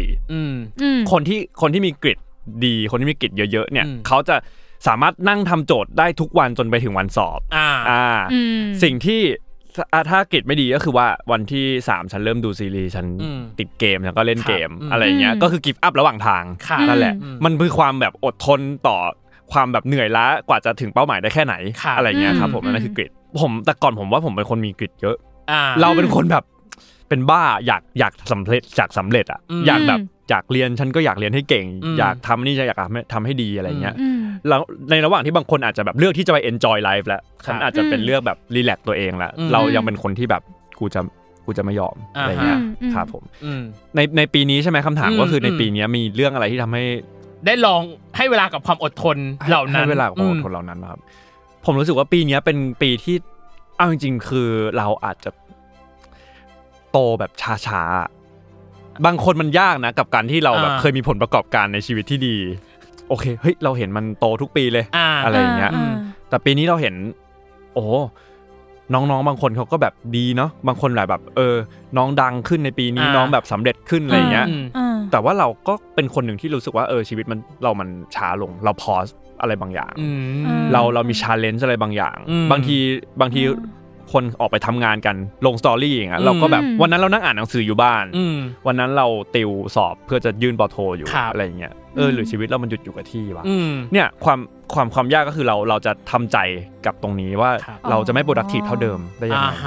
4คนที่มีกริดดีคนที่มีกริดเยอะๆเนี่ยเขาจะสามารถนั่งทำโจทย์ได้ทุกวันจนไปถึงวันสอบสิ่งที่ถ้ากริดไม่ดีก็คือว่าวันที่3ฉันเริ่มดูซีรีส์ฉันติดเกมแล้วก็เล่นเกมอะไรเงี้ยก็คือกิฟต์อัพระหว่างทางนั่นแหละมันคือความแบบอดทนต่อความแบบเหนื่อยล้ากว่าจะถึงเป้าหมายได้แค่ไหนอะไรเงี้ยครับผมนั่นคือกริดแต่ก่อนผมว่าผมเป็นคนมีกริดเยอะเราเป็นคนแบบเป็นบ้าอยากสำเร็จอ่ะอยากแบบอยากเรียนฉันก็อยากเรียนให้เก่งอยากทำนี่อยากทำให้ดีอะไรเงี้ยแล้วในระหว่างที่บางคนอาจจะแบบเลือกที่จะไป enjoy life แล้วฉันอาจจะเป็นเลือกแบบรีแลกซ์ตัวเองแล้วเรายังเป็นคนที่แบบกูจะไม่ยอมอะไรเงี้ยครับผมในปีนี้ใช่ไหมคำถามก็คือในปีนี้มีเรื่องอะไรที่ทำให้ได้ลองให้เวลากับความอดทนเหล่านั้นให้เวลากับความอดทนเหล่านั้นครับผมรู้สึกว่าปีนี้เป็นปีที่เอาจริงๆคือเราอาจจะโตแบบช้าๆบางคนมันยากนะกับการที่เราแบบเคยมีผลประกอบการในชีวิตที่ดีโอเคเฮ้ยเราเห็นมันโตทุกปีเลยอะไรอย่างเงี้ยแต่ปีนี้เราเห็นโอ้น้องๆบางคนเขาก็แบบดีเนาะบางคนแบบน้องดังขึ้นในปีนี้น้องแบบสำเร็จขึ้นอะไรอย่างเงี้ยแต่ว่าเราก็เป็นคนหนึ่งที่รู้สึกว่าชีวิตมันช้าลงเราพอสอะไรบางอย่างเรามี challenge อะไรบางอย่างบางทีคนออกไปทำงานกันลงสตอรี่อย่างเงี้ยเราก็แบบวันนั้นเรานั่งอ่านหนังสืออยู่บ้านวันนั้นเราติวสอบเพื่อจะยื่นป.โทอยู่อะไรอย่างเงี้ยหรือชีวิตเรามันหยุดอยู่กับที่วะเนี่ยความยากก็คือเราจะทำใจกับตรงนี้ว่าเราจะไม่ productive เท่าเดิมได้ยังไง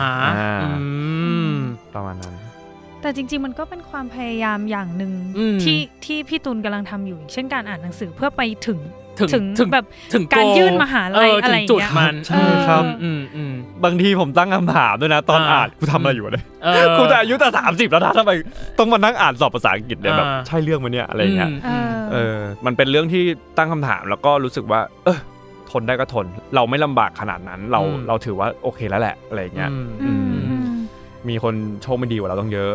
ประมาณนั้นแต่จริงๆมันก็เป็นความพยายามอย่างนึงที่พี่ตูนกำลังทำอยู่เช่นการอ่านหนังสือเพื่อไปถึงแบบการยื่นมหาลัยอะไรอย่างเงี้ยใช่ครับบางทีผมตั้งคำถามด้วยนะตอนอ่านกูทำอะไรอยู่เลยกูจะอายุแต่30แล้วนะทำไมต้องมานั่งอ่านสอบภาษาอังกฤษเนี่ยแบบใช่เรื่องมั้ยเนี่ยอะไรเงี้ยมันเป็นเรื่องที่ตั้งคำถามแล้วก็รู้สึกว่าทนได้ก็ทนเราไม่ลำบากขนาดนั้นเราถือว่าโอเคแล้วแหละอะไรเงี้ยมีคนโชคไม่ดีกว่าเราต้องเยอะ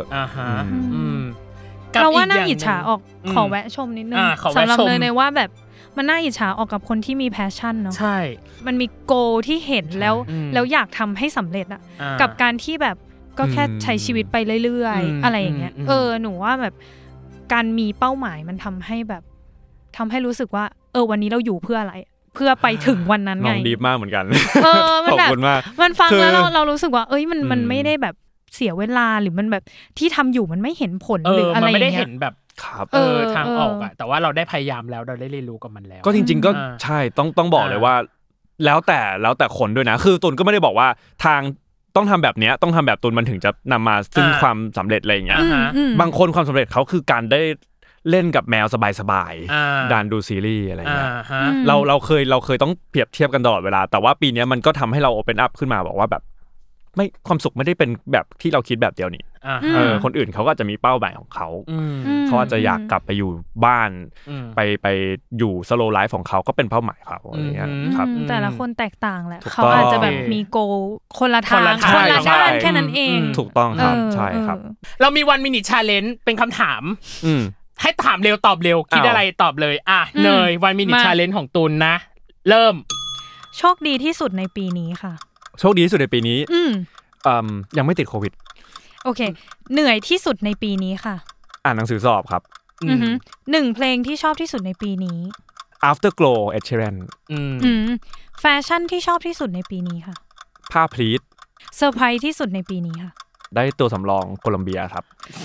เราว่าน่าอิจฉาออกขอแวะชมนิดนึงสำหรับในว่าแบบมันน่าอิจฉาออกกับคนที่มีแพชชั่นเนาะใช่มันมีโกที่เห็นแล้วอยากทำให้สำเร็จอ่ะกับการที่แบบก็แค่ใช้ชีวิตไปเรื่อยๆอะไรอย่างเงี้ยหนูว่าแบบการมีเป้าหมายมันทำให้รู้สึกว่าวันนี้เราอยู่เพื่ออะไรเพื่อไปถึงวันนั้นไงน้องดีมากเหมือนกันมันแบบมันฟังแล้วเรารู้สึกว่ามันไม่ได้แบบเสียเวลาหรือมันแบบที่ทำอยู่มันไม่เห็นผลหรืออะไรอย่างเงี้ยมันไม่ได้เห็นแบบทางออกอ่ะแต่ว่าเราได้พยายามแล้วเราได้เรียนรู้กับมันแล้วก็จริงๆก็ใช่ต้องบอกเลยว่าแล้วแต่คนด้วยนะคือตุนก็ไม่ได้บอกว่าทางต้องทำแบบนี้ต้องทำแบบตุนมันถึงจะนำมาซึ่งความสำเร็จอะไรอย่างเงี้ยบางคนความสำเร็จเขาคือการได้เล่นกับแมวสบายๆการดูซีรีส์อะไรเงี้ยเราเคยต้องเปรียบเทียบกันตลอดเวลาแต่ว่าปีนี้มันก็ทำให้เราโอเปนอัพขึ้นมาบอกว่าแบบไม่ความสุขไม่ได้เป็นแบบที่เราคิดแบบเดียวนี่คนอื่นเขาก็จะมีเป้าหมายของเขาเขาอาจจะอยากกลับไปอยู่บ้านไปอยู่สโลว์ไลฟ์ของเขาก็เป็นเป้าหมายเขาอะไรเงี้ยครับแต่ละคนแตกต่างแหละเขาอาจจะแบบมีโกคนละทางคนละด้านแค่นั้นเองถูกต้องครับใช่ครับเรามี1 minute challenge เป็นคำถามให้ถามเร็วตอบเร็วคิดอะไรตอบเลยเนย1 minute challenge ของตูนนะเริ่มโชคดีที่สุดในปีนี้ค่ะโชคดีที่สุดในปีนี้ยังไม่ติดโควิดโอเคเหนื่อยที่สุดในปีนี้ค่ะอ่านหนังสือสอบครับ 1เพลงที่ชอบที่สุดในปีนี้ Afterglow Ed Sheeran แฟชั่นที่ชอบที่สุดในปีนี้ค่ะผ้าพลีทเซอร์ไพรส์ที่สุดในปีนี้ค่ะได้ตัวสำรองโคลัมเบียครับ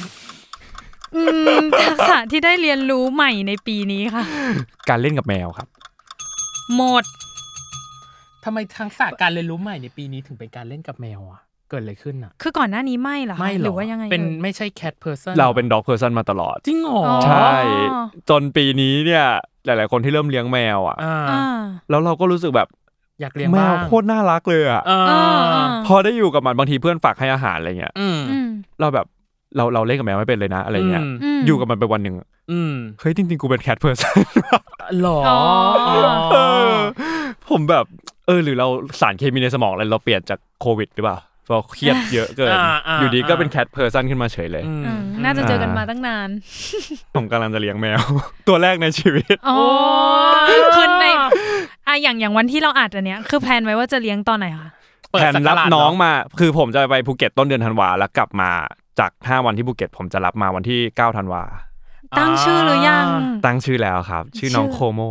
ทักษะที่ได้เรียนรู้ใหม่ในปีนี้ค่ะการเล่นกับแมวครับหมดทำไมทักษะการเรียนรู้ใหม่ในปีนี้ถึงเป็นการเล่นกับแมวอ่ะเกิดอะไรขึ้นอ่ะคือก่อนหน้านี้ไม่หรอหรือว่ายังไงเป็นไม่ใช่ cat person เราเป็น dog person มาตลอดจริงหรอใช่จนปีนี้เนี่ยหลายๆคนที่เริ่มเลี้ยงแมวอ่ะแล้วเราก็รู้สึกแบบอยากเลี้ยงแมวโคตรน่ารักเลยอ่ะพอได้อยู่กับมันบางทีเพื่อนฝากให้อาหารอะไรเงี้ยเราแบบเราเล่นกับแมวไม่เป็นเลยนะอะไรเงี้ยอยู่กับมันไปวันนึงเฮ้ยจริงๆกูเป็น cat person หรอผมแบบหรือเราสารเคมีในสมองอะไรเราเปลี่ยนจากโควิดหรือเปล่าเพราะเครียดเยอะเกินอยู่ดีก็เป็น cat person ขึ้นมาเฉยเลยน่าจะเจอกันมาตั้งนานผมกำลังจะเลี้ยงแมวตัวแรกในชีวิตคือในอย่างวันที่เราอัดอันเนี้ยคือแพลนไว้ว่าจะเลี้ยงตอนไหนคะแผนรับน้องมาคือผมจะไปภูเก็ตต้นเดือนธันวาแล้วกลับมาจาก5วันที่ภูเก็ตผมจะรับมาวันที่9ธันวาตั้งชื่อหรือยังตั้งชื่อแล้วครับชื่อน้องโคโม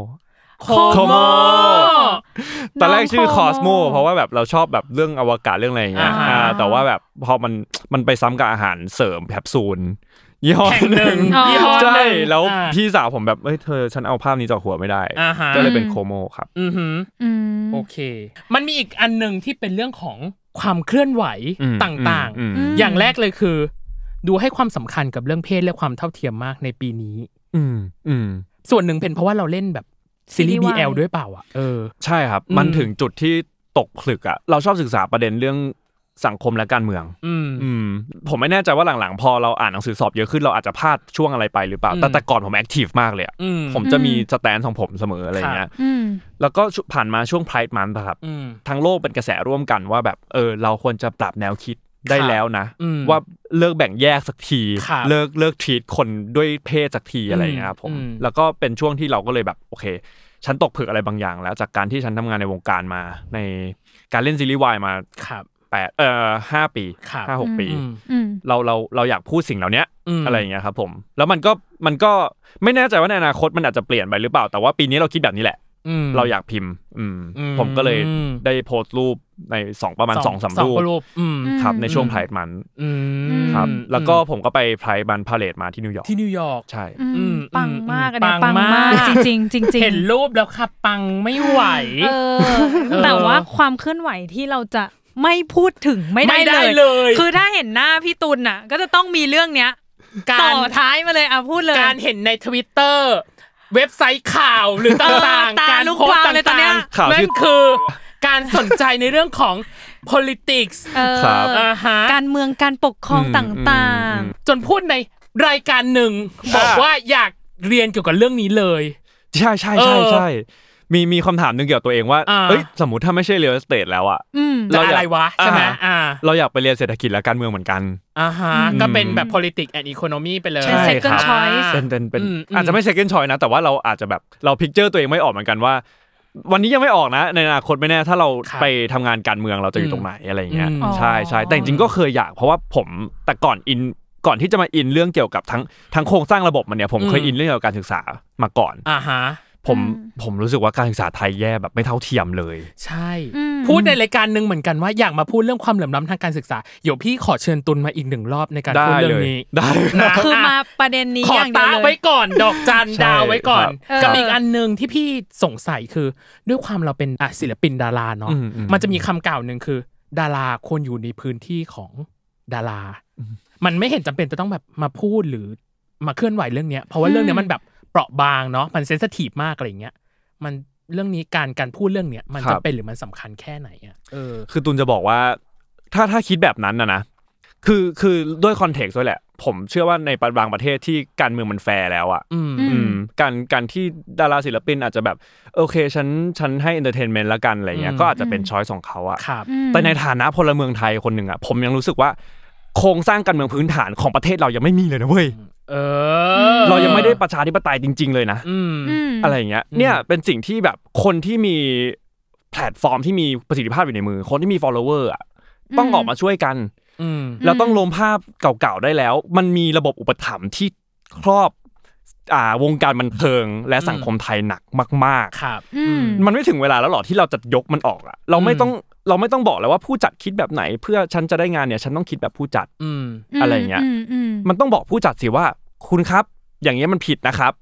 ตอนแรกชื่อคอสโมเพราะว่าแบบเราชอบแบบเรื่องอวกาศเรื่องอะไรอย่างเงี้ยแต่ว่าแบบพอมันไปซ้ำกับอาหารเสริมแคปซูลยี่ห้อนึงใช่แล้วพี่สาวผมแบบเธอฉันเอาภาพนี้จากหัวไม่ได้ก็เลยเป็นโคโมครับโอเคมันมีอีกอันนึงที่เป็นเรื่องของความเคลื่อนไหวต่างๆอย่างแรกเลยคือดูให้ความสำคัญกับเรื่องเพศและความเท่าเทียมมากในปีนี้ส่วนหนึ่งเป็นเพราะว่าเราเล่นแบบซีรีส์ BL ด้วยเปล่าอ่ะใช่ครับมันถึงจุดที่ตกผลึกอ่ะเราชอบศึกษาประเด็นเรื่องสังคมและการเมืองผมไม่แน่ใจว่าหลังๆพอเราอ่านหนังสือสอบเยอะขึ้นเราอาจจะพลาดช่วงอะไรไปหรือเปล่าแต่ก่อนผมแอคทีฟมากเลยอ่ะผมจะมีสแตนของผมเสมออะไรเงี้ยแล้วก็ผ่านมาช่วง Pride Month ครับทั้งโลกเป็นกระแสร่วมกันว่าแบบเราควรจะปรับแนวคิดได้แล้วนะว่าเลิกแบ่งแยกสักทีเลิกทีทคนด้วยเพศสักทีอะไรอย่างเงี้ยครับผมแล้วก็เป็นช่วงที่เราก็เลยแบบโอเคฉันตกผลึกอะไรบางอย่างแล้วจากการที่ฉันทำงานในวงการมาในการเล่นซีรีส์วายมา5 ปี5-6 ปีเราอยากพูดสิ่งเหล่านี้อะไรอย่างเงี้ยครับผมแล้วมันก็ไม่แน่ใจว่าในอนาคตมันอาจจะเปลี่ยนไปหรือเปล่าแต่ว่าปีนี้เราคิดแบบนี้แหละเราอยากพิมพ์ผมก็เลยได้โพสต์รูปในประมาณ 2-3 รูปครับในช่วงไพร์มันครับแล้วก็ผมก็ไปไพร์มันพาเลทมาที่นิวยอร์กใช่ปังมากอันนี้ปังมากจริงๆเห็นรูปแล้วค่ะปังไม่ไหวแต่ว่าความเคลื่อนไหวที่เราจะไม่พูดถึงไม่ได้เลยคือถ้าเห็นหน้าพี่ตุลน่ะก็จะต้องมีเรื่องเนี้ยต่อท้ายมาเลยพูดเลยการเห็นใน Twitter เว็บไซต์ข่าวหรือต่างๆการโพสต์ต่างๆนั่นคือการสนใจในเรื่องของ politics การเมืองการปกครองต่างๆจนพูดในรายการหนึ่งบอกว่าอยากเรียนเกี่ยวกับเรื่องนี้เลยใช่มีคำถามนึงเกี่ยวกับตัวเองว่าสมมุติถ้าไม่ใช่ real estate แล้วอ่ะเราอะไรวะใช่ไหมเราอยากไปเรียนเศรษฐกิจและการเมืองเหมือนกันก็เป็นแบบ politics and economy ไปเลยใช่ second choice เป็นอาจจะไม่ second choice นะแต่ว่าเราอาจจะแบบเรา picture ตัวเองไม่ออกเหมือนกันว่าวันนี้ยังไม่ออกนะในอนาคตไม่แน่ถ้าเราไปทำงานการเมืองเราจะอยู่ตรงไหนอะไรอย่างเงี้ยใช่แต่จริงๆก็เคยอยากเพราะว่าผมแต่ก่อนที่จะมาอินเรื่องเกี่ยวกับทั้งโครงสร้างระบบมันเนี่ยผมเคยอินเรื่องเกี่ยวกับการศึกษามาก่อนผมรู้สึกว่าการศึกษาไทยแย่แบบไม่เท่าเทียมเลยใช่พูดในรายการนึงเหมือนกันว่าอยากมาพูดเรื่องความเหลื่อมล้ำทางการศึกษาเดี๋ยวพี่ขอเชิญตุลมาอีก1รอบในการพูดเรื่องนี้ได้คือมาประเด็นนี้อย่างเดียวเลยขอตาไว้ก่อนดอกจันดาวไว้ก่อนกับอีกอันนึงที่พี่สงสัยคือด้วยความเราเป็นศิลปินดาราเนาะมันจะมีคำกล่าวนึงคือดาราควรอยู่ในพื้นที่ของดารามันไม่เห็นจำเป็นจะต้องแบบมาพูดหรือมาเคลื่อนไหวเรื่องเนี้ยเพราะว่าเรื่องเนี้ยมันแบบเปราะบางเนาะมันเซนซิทีฟมากอะไรอย่างเงี้ยมันเรื่องนี้การพูดเรื่องเนี้ยมันจำเป็นหรือมันสำคัญแค่ไหนอ่ะคือตุลจะบอกว่าถ้าคิดแบบนั้นนะคือด้วยคอนเทกซ์ด้วยแหละผมเชื่อว่าในบางประเทศที่การเมืองมันแฟร์แล้วอ่ะการที่ดาราศิลปินอาจจะแบบโอเคฉันให้เอนเตอร์เทนเมนต์ละกันอะไรเงี้ยก็อาจจะเป็นช้อยส์ของเขาอ่ะแต่ในฐานะพลเมืองไทยคนหนึ่งอ่ะผมยังรู้สึกว่าโครงสร้างการเมืองพื้นฐานของประเทศเรายังไม่มีเลยนะเว้ยเรายังไม่ได้ประชาธิปไตยจริงๆเลยนะอะไรอย่างเงี้ยเนี่ยเป็นสิ่งที่แบบคนที่มีแพลตฟอร์มที่มีประสิทธิภาพอยู่ในมือคนที่มี follower อ่ะต้องออกมาช่วยกันแล้วต้องลบภาพเก่าๆได้แล้วมันมีระบบอุปถัมภ์ที่ครอบวงการบันเทิงและสังคมไทยหนักมากๆครับมันไม่ถึงเวลาแล้วหรอที่เราจะยกมันออกอ่ะเราไม่ต้องบอกแล้วว่าผู้จัดคิดแบบไหนเพื่อฉันจะได้งานเนี่ยฉันต้องคิดแบบผู้จัดอะไรอย่างเงี้ยมันต้องบอกผู้จัดสิว่าคุณครับอย่างเงี้ยมันผิดนะครับ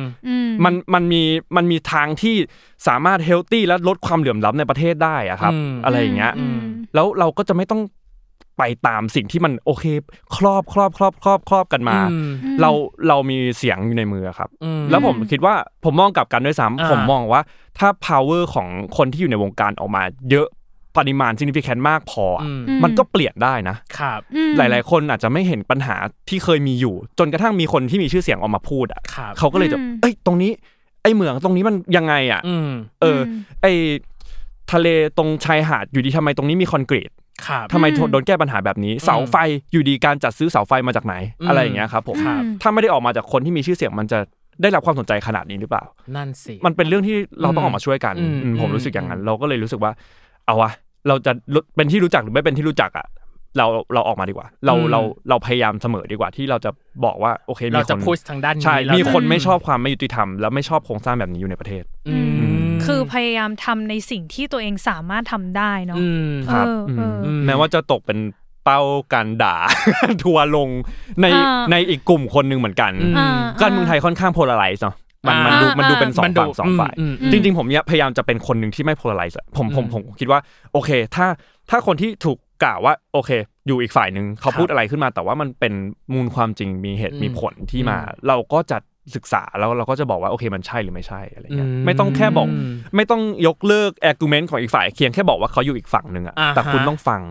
มันมีทางที่สามารถเฮลตี้และลดความเหลื่อมล้ำในประเทศได้อะครับอะไรอย่างเงี้ยแล้วเราก็จะไม่ต้องไปตามสิ่งที่มันโอเคครอบกันมาเรามีเสียงอยู่ในมือครับแล้วผมคิดว่าผมมองกลับกันด้วยซ้ำผมมองว่าถ้า power ของคนที่อยู่ในวงการออกมาเยอะปริมาณ significant มากพอมันก็เปลี่ยนได้นะครับหลายๆคนอาจจะไม่เห็นปัญหาที่เคยมีอยู่จนกระทั่งมีคนที่มีชื่อเสียงออกมาพูดอ่ะเขาก็เลยจะตรงนี้ไอ้เหมืองตรงนี้มันยังไงอ่ะไอ้ทะเลตรงชายหาดอยู่ดีทำไมตรงนี้มีคอนกรีตทำไมโดนแก้ปัญหาแบบนี้เสาไฟอยู่ดีการจัดซื้อเสาไฟมาจากไหนอะไรอย่างเงี้ยครับผมถ้าไม่ได้ออกมาจากคนที่มีชื่อเสียงมันจะได้รับความสนใจขนาดนี้หรือเปล่านั่นสิมันเป็นเรื่องที่เราต้องออกมาช่วยกันผมรู้สึกอย่างนั้นเราก็เลยรู้สึกว่าเอาวะเราจะเป็นที่รู้จักหรือไม่เป็นที่รู้จักอ่ะเราออกมาดีกว่าเราพยายามเสมอดีกว่าที่เราจะบอกว่าโอเคเราจะพุชทางด้านนี้ใช่มีคนไม่ชอบความไม่ยุติธรรมแล้วไม่ชอบโครงสร้างแบบนี้อยู่ในประเทศคือพยายามทำในสิ่งที่ตัวเองสามารถทำได้เนาะแม้ว่าจะตกเป็นเป้าการด่า ทัวร์ลงในอีกกลุ่มคนนึงเหมือนกันการเมืองไทยค่อนข้างโพลาไรซ์เนาะมันดูเป็น2ฝั่ง2ฝ่ายจริงๆผมเนี่ยพยายามจะเป็นคนนึงที่ไม่โพลาไรซ์ผมคิดว่าโอเคถ้าคนที่ถูกกล่าวว่าโอเคอยู่อีกฝ่ายนึงเขาพูดอะไรขึ้นมาแต่ว่ามันเป็นมูลความจริงมีเหตุมีผลที่มาเราก็จะศึกษาแล้วเราก็จะบอกว่าโอเคมันใช่หรือไม่ใช่อะไรเงี้ยไม่ต้องแค่บอกไม่ต้องยกเลิก argument ของอีกฝ่ายเพียงแค่บอกว่าเขาอยู่อีกฝั่งนึงอ่ะแต่คุณต้องฟัง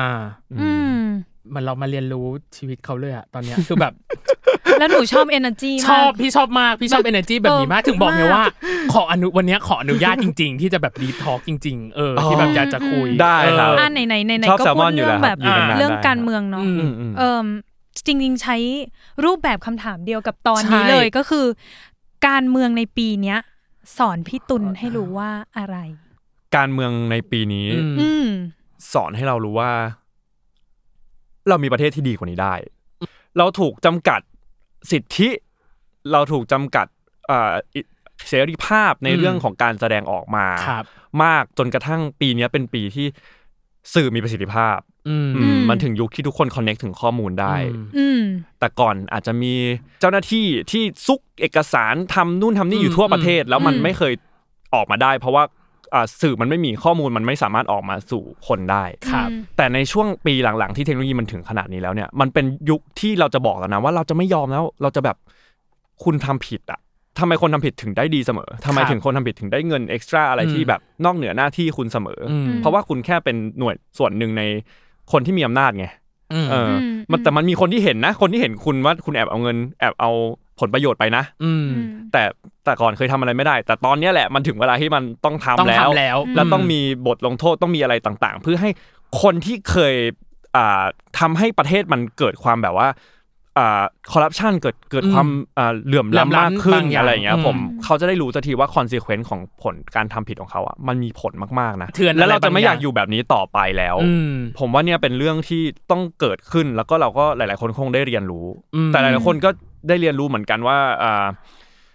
มันเรามาเรียนรู้ชีวิตเขาเลยอะตอนเนี้ยคือแบบแล้วหนูชอบ energy ชอบพี่ชอบมากพี่ชอบ energy แบบนี้มากถึงบอกไงว่าวันนี้ขออนุญาตจริงๆที่จะแบบ deep talk จริงๆที่แบบอยากจะคุยได้ครับไหนก็พูดเรื่องแบบเรื่องการเมืองเนาะจริงๆใช้รูปแบบคำถามเดียวกับตอนนี้เลยก็คือการเมืองในปีเนี้ยสอนพี่ตุลให้รู้ว่าอะไรการเมืองในปีนี้สอนให้เรารู้ว่าเรามีประเทศที่ดีกว่านี้ได้เราถูกจำกัดสิทธิเราถูกจำกัดเสรีภาพในเรื่องของการแสดงออกมามากจนกระทั่งปีนี้เป็นปีที่สื่อมีประสิทธิภาพมันถึงยุคที่ทุกคนคอนเนคถึงข้อมูลได้แต่ก่อนอาจจะมีเจ้าหน้าที่ที่ซุกเอกสารทำนู่นทำนี่อยู่ทั่วประเทศแล้วมันไม่เคยออกมาได้เพราะว่าสื่อมันไม่มีข้อมูลมันไม่สามารถออกมาสู่คนได้แต่ในช่วงปีหลังๆที่เทคโนโลยีมันถึงขนาดนี้แล้วเนี่ยมันเป็นยุคที่เราจะบอกแล้วนะว่าเราจะไม่ยอมแล้วเราจะแบบคุณทำผิดอ่ะทำไมคนทำผิดถึงได้ดีเสมอทำไมถึงคนทำผิดถึงได้เงินเอ็กซ์ตร้าอะไรที่แบบนอกเหนือหน้าที่คุณเสมอเพราะว่าคุณแค่เป็นหน่วยส่วนหนึ่งในคนที่มีอำนาจไงแต่มันมีคนที่เห็นนะคนที่เห็นคุณว่าคุณแอบเอาเงินแอบเอาผลประโยชน์ไปนะแต่ก่อนเคยทำอะไรไม่ได้แต่ตอนนี้แหละมันถึงเวลาที่มันต้องทำแล้วแล้วต้องมีบทลงโทษต้องมีอะไรต่างๆเพื่อให้คนที่เคยทำให้ประเทศมันเกิดความแบบว่าคอร์รัปชันเกิดความเหลื่อมล้ำมากขึ้นอะไรอย่างเงี้ยผมเขาจะได้รู้สักทีว่าคอนซีเควนซ์ของผลการทำผิดของเขาอ่ะมันมีผลมากๆนะแล้วเราจะไม่อยากอยู่แบบนี้ต่อไปแล้วผมว่าเนี่ยเป็นเรื่องที่ต้องเกิดขึ้นแล้วก็เราก็หลายๆคนคงได้เรียนรู้แต่หลายๆคนก็ได้เรียนรู้เหมือนกันว่า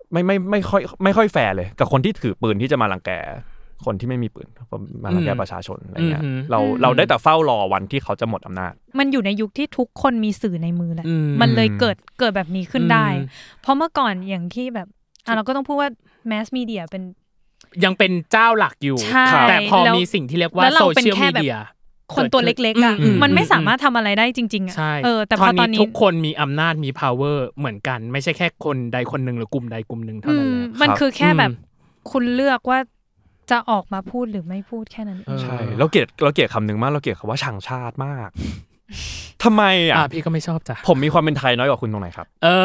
ไม่ค่อยแฟร์เลยกับคนที่ถือปืนที่จะมารังแกคนที่ไม่มีปืนมารังแกประชาชนอะไรเงี้ยเราได้แต่เฝ้ารอวันที่เขาจะหมดอำนาจมันอยู่ในยุคที่ทุกคนมีสื่อในมือแหละมันเลยเกิดแบบนี้ขึ้นได้เพราะเมื่อก่อนอย่างที่แบบเราก็ต้องพูดว่าแมสมีเดียเป็นยังเป็นเจ้าหลักอยู่แต่พอมีสิ่งที่เรียกว่าโซเชียลมีเดียคนตัวเล็กๆอ่ะมันไม่สามารถทำอะไรได้จริงๆอ่ะแต่พอตอนนี้ทุกคนมีอำนาจมี power เหมือนกันไม่ใช่แค่คนใดคนหนึ่งหรือกลุ่มใดกลุ่มหนึ่งเท่านั้นแล้วมันคือแค่แบบคุณเลือกว่าจะออกมาพูดหรือไม่พูดแค่นั้นใช่เราเกลียดคำหนึ่งมากเราเกลียดคำว่าชังชาติมากทำไมพี่ก็ไม่ชอบจ้ะผมมีความเป็นไทยน้อยกว่าคุณตรงไหนครับ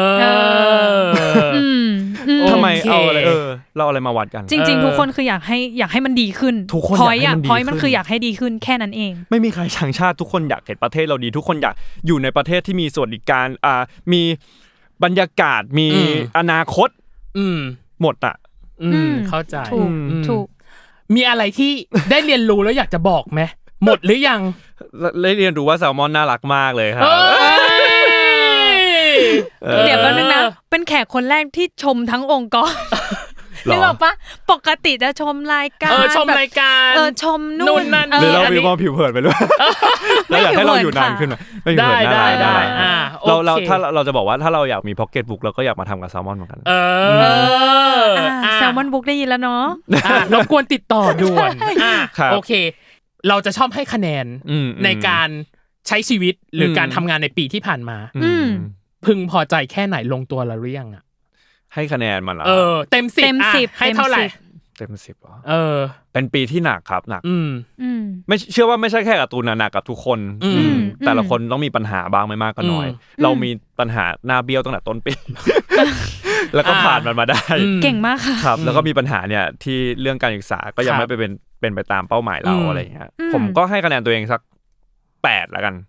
ทำไมเอาอะไรเราอะไรมาวัดกันจริงๆทุกคนคืออยากให้มันดีขึ้นพอยมันคืออยากให้ดีขึ้นแค่นั้นเองไม่มีใครชังชาติทุกคนอยากเห็นประเทศเราดีทุกคนอยากอยู่ในประเทศที่มีสวัสดิการมีบรรยากาศมีอนาคตหมดเข้าใจถูกมีอะไรที่ได้เรียนรู้แล้วอยากจะบอกไหมหมดหรือยังได้เรียนรู้ว่าแซลมอนน่ารักมากเลยครับเดี๋ยวแป๊บนึงนะเป็นแขกคนแรกที่ชมทั้งองค์กรนึกออกปะปกติจะชมรายการชมรายการชมนู่นหรือเรามีมองผิวเผินไปเลยแล้วอยากให้เราอยู่นานขึ้นได้เราถ้าเราจะบอกว่าถ้าเราอยากมีพ็อกเก็ตบุ๊กเราก็อยากมาทำกับแซลมอนเหมือนกันแซลมอนบุ๊กได้ยินแล้วเนาะรบกวนติดต่อด่วนโอเคเราจะชอบให้คะแนนในการใช้ชีวิตหรือการทำงานในปีที่ผ่านมาพึงพอใจแค่ไหนลงตัวแล้วหรือยังให้คะแนนมันเหรอเต็ม10ให้เท่าไหร่เต็ม10เหรอเป็นปีที่หนักครับหนักไม่เชื่อว่าไม่ใช่แค่กับตูนหนักกับทุกคนแต่ละคนต้องมีปัญหาบ้างไม่มากก็น้อยเรามีปัญหาหน้าเบี้ยวตั้งแต่ต้นปีแล้วก็ผ่านมันมาได้เก่งมากค่ะครับแล้วก็มีปัญหาเนี่ยที่เรื่องการศึกษาก็ยังไม่เป็นไปตามเป้าหมายเราอะไรอย่างเงี้ยผมก็ให้คะแนนตัวเองสัก8แล้วกัน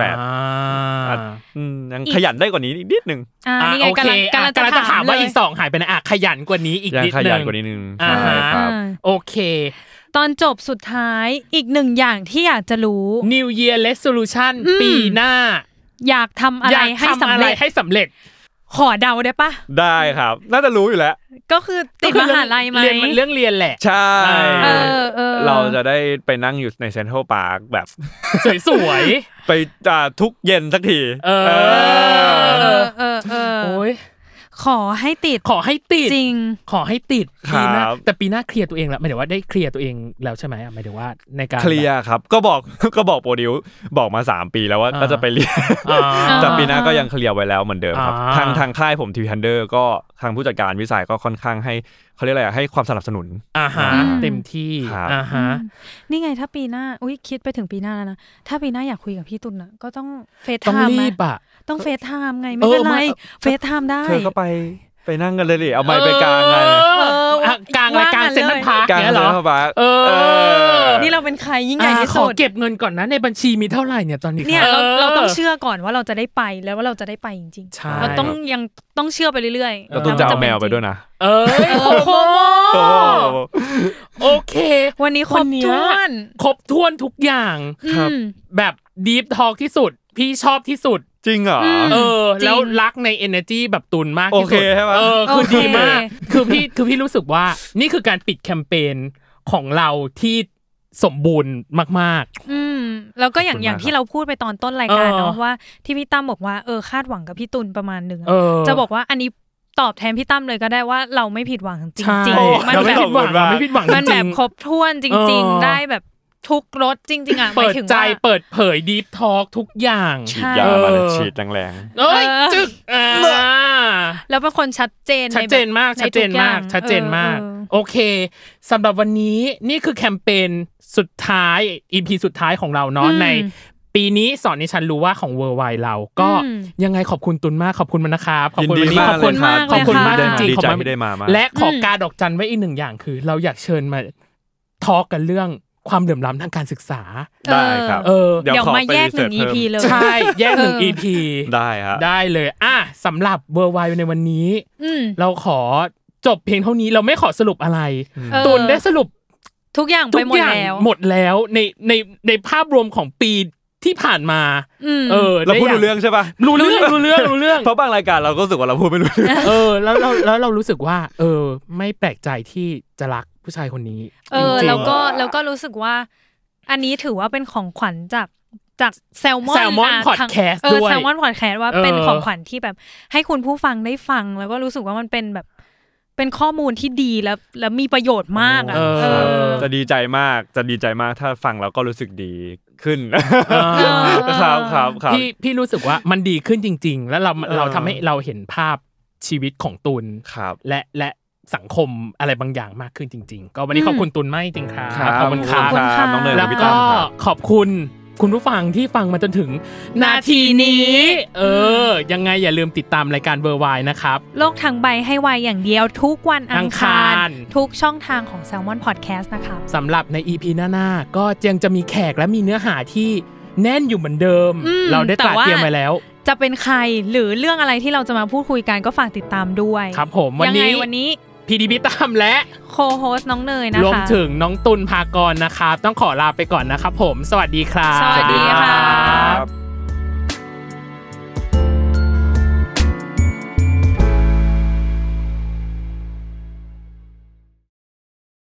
8ยังขยันได้กว่านี้นิดนึงโอเคกำลังจะถามว่าอีก2หายไปไหนขยันกว่านี้อีกนิดนึงขยันกว่านี้นึงใช่ครับโอเคตอนจบสุดท้ายอีก1อย่างที่อยากจะรู้ New Year Resolution ปีหน้าอยากทำอะไรให้สำเร็จขอเดาได้ปะได้ครับน่าจะรู้อยู่แล้วก็คือติดมหาลัยมั้ยเรื่องเรียนแหละใช่เราจะได้ไปนั่งอยู่ในเซ็นทรัลพาร์คแบบสวยๆไปทุกเย็นสักทีโอ้ยขอให้ติดจริงขอให้ติดปีหน้าแต่ปีหน้าเคลียร์ตัวเองแล้วหมายถึงว่าได้เคลียร์ตัวเองแล้วใช่ไหมหมายถึงว่าในการเคลียร์ครับก็บอกโปรดิวบอกมา3ปีแล้วว่าก็จะไปเรียนแต่ปีหน้าก็ยังเคลียร์ไว้แล้วเหมือนเดิมครับทางค่ายผมทีวีทันเดอร์ก็ทางผู้จัดการวิสัยก็ค่อนข้างให้เขาเรียกอะไรให้ความสนับสนุนเต็มที่นี่ไงถ้าปีหน้าคิดไปถึงปีหน้าแล้วนะถ้าปีหน้าอยากคุยกับพี่ตุลน่ะก็ต้องเฟซไทม์ต้องเฟซไทม์ไงไม่เป็นไรเฟซไทม์ได้เธอก็ไปนั่งกันเลยดิเอาไมค์ไปกลางไงกลางรายการเซ็นทรัลพาร์คเนี่ยเหรอนี่เราเป็นใครยิ่งใหญ่ที่สุดขอเก็บเงินก่อนนะในบัญชีมีเท่าไหร่เนี่ยตอนนี้เนี่ยเราต้องเชื่อก่อนว่าเราจะได้ไปแล้วว่าเราจะได้ไปจริงๆเราต้องเชื่อไปเรื่อยๆเราต้องจะเอาแมวไปด้วยนะโอเควันนี้ครบถ้วนทุกอย่างแบบดีฟทอล์คที่สุดพี่ชอบที่สุดจริงเหรอแล้วรักใน energy แบบตุนมากที่สุดคือดีมากคือพี่รู้สึกว่านี่คือการปิดแคมเปญของเราที่สมบูรณ์มากๆแล้วก็อย่างที่เราพูดไปตอนต้นรายการเนาะว่าที่พี่ตั้มบอกว่าคาดหวังกับพี่ตุลประมาณนึงจะบอกว่าอันนี้ตอบแทนพี่ตั้มเลยก็ได้ว่าเราไม่ผิดหวังจริงๆมันแบบมันแบบครบถ้วนจริงๆได้แบบทุกรสจริงๆหมายถึงว่าเปิดเผยดีฟทอล์กทุกอย่างฉีดยามาเลยฉีดแรงๆจึกแล้วเป็นคนชัดเจนมากโอเคสำหรับวันนี้นี่คือแคมเปญสุดท้าย EP สุดท้ายของเราเนาะในปีนี้สอนให้ฉันรู้ว่าของ Worldwide เราก็ยังไงขอบคุณตุลมากขอบคุณมันนะครับขอบคุณวันนี้ขอบคุณมากจริงๆขอบคุณที่ได้มาและขอการดอกจันไว้อีก1อย่างคือเราอยากเชิญมาทอล์กกันเรื่องความเหลื่อมล้ำทางการศึกษาได้ครับเดี๋ยวมาแยก1 EP เลยใช่แยก1 EP ได้ครับได้เลยสำหรับ Worldwide ในวันนี้เราขอจบเพียงเท่านี้เราไม่ขอสรุปอะไรตุลได้สรุปทุกอย่างไปหมดแล้วในภาพรวมของปีที่ผ่านมาเราพูดรู้เรื่องใช่ป่ะรู้เรื่องเพราะบางรายการเราก็รู้สึกว่าเราพูดไม่รู้เรื่องแล้วเรารู้สึกว่าไม่แปลกใจที่จะรักผู้ชายคนนี้แล้วก็รู้สึกว่าอันนี้ถือว่าเป็นของขวัญจากแซลมอนพอดแคสต์ด้วยแซลมอนพอดแคสต์ว่าเป็นของขวัญที่แบบให้คุณผู้ฟังได้ฟังแล้วก็รู้สึกว่ามันเป็นแบบเป็นข้อมูลที่ดีแล้วมีประโยชน์มากจะดีใจมากถ้าฟังแล้วก็รู้สึกดีขึ้นครับพี่รู้สึกว่ามันดีขึ้นจริงๆแล้วเราทำให้เราเห็นภาพชีวิตของตุลและสังคมอะไรบางอย่างมากขึ้นจริงๆก็วันนี้ขอบคุณตุลมากจริงๆครับขอบคุณครับน้องเนยแล้วก็ขอบคุณคุณผู้ฟังที่ฟังมาจนถึงนาทีนี้ยังไงอย่าลืมติดตามรายการเวอร์ไวนะครับโลกทั้งใบให้ไวอย่างเดียวทุกวันอังคารทุกช่องทางของ Salmon Podcast นะครับสำหรับใน EP หน้าๆก็ยังจะมีแขกและมีเนื้อหาที่แน่นอยู่เหมือนเดิมเราได้ตระเตรียมไว้แล้วจะเป็นใครหรือเรื่องอะไรที่เราจะมาพูดคุยกันก็ฝากติดตามด้วยครับผมวันนี้พี่ดีพี่ตั้มและโคโฮสน้องเนยนะคะรวมถึงน้องตุลภากรนะครับต้องขอลาไปก่อนนะครับผมสวัสดีครับสวัสดีค่ะ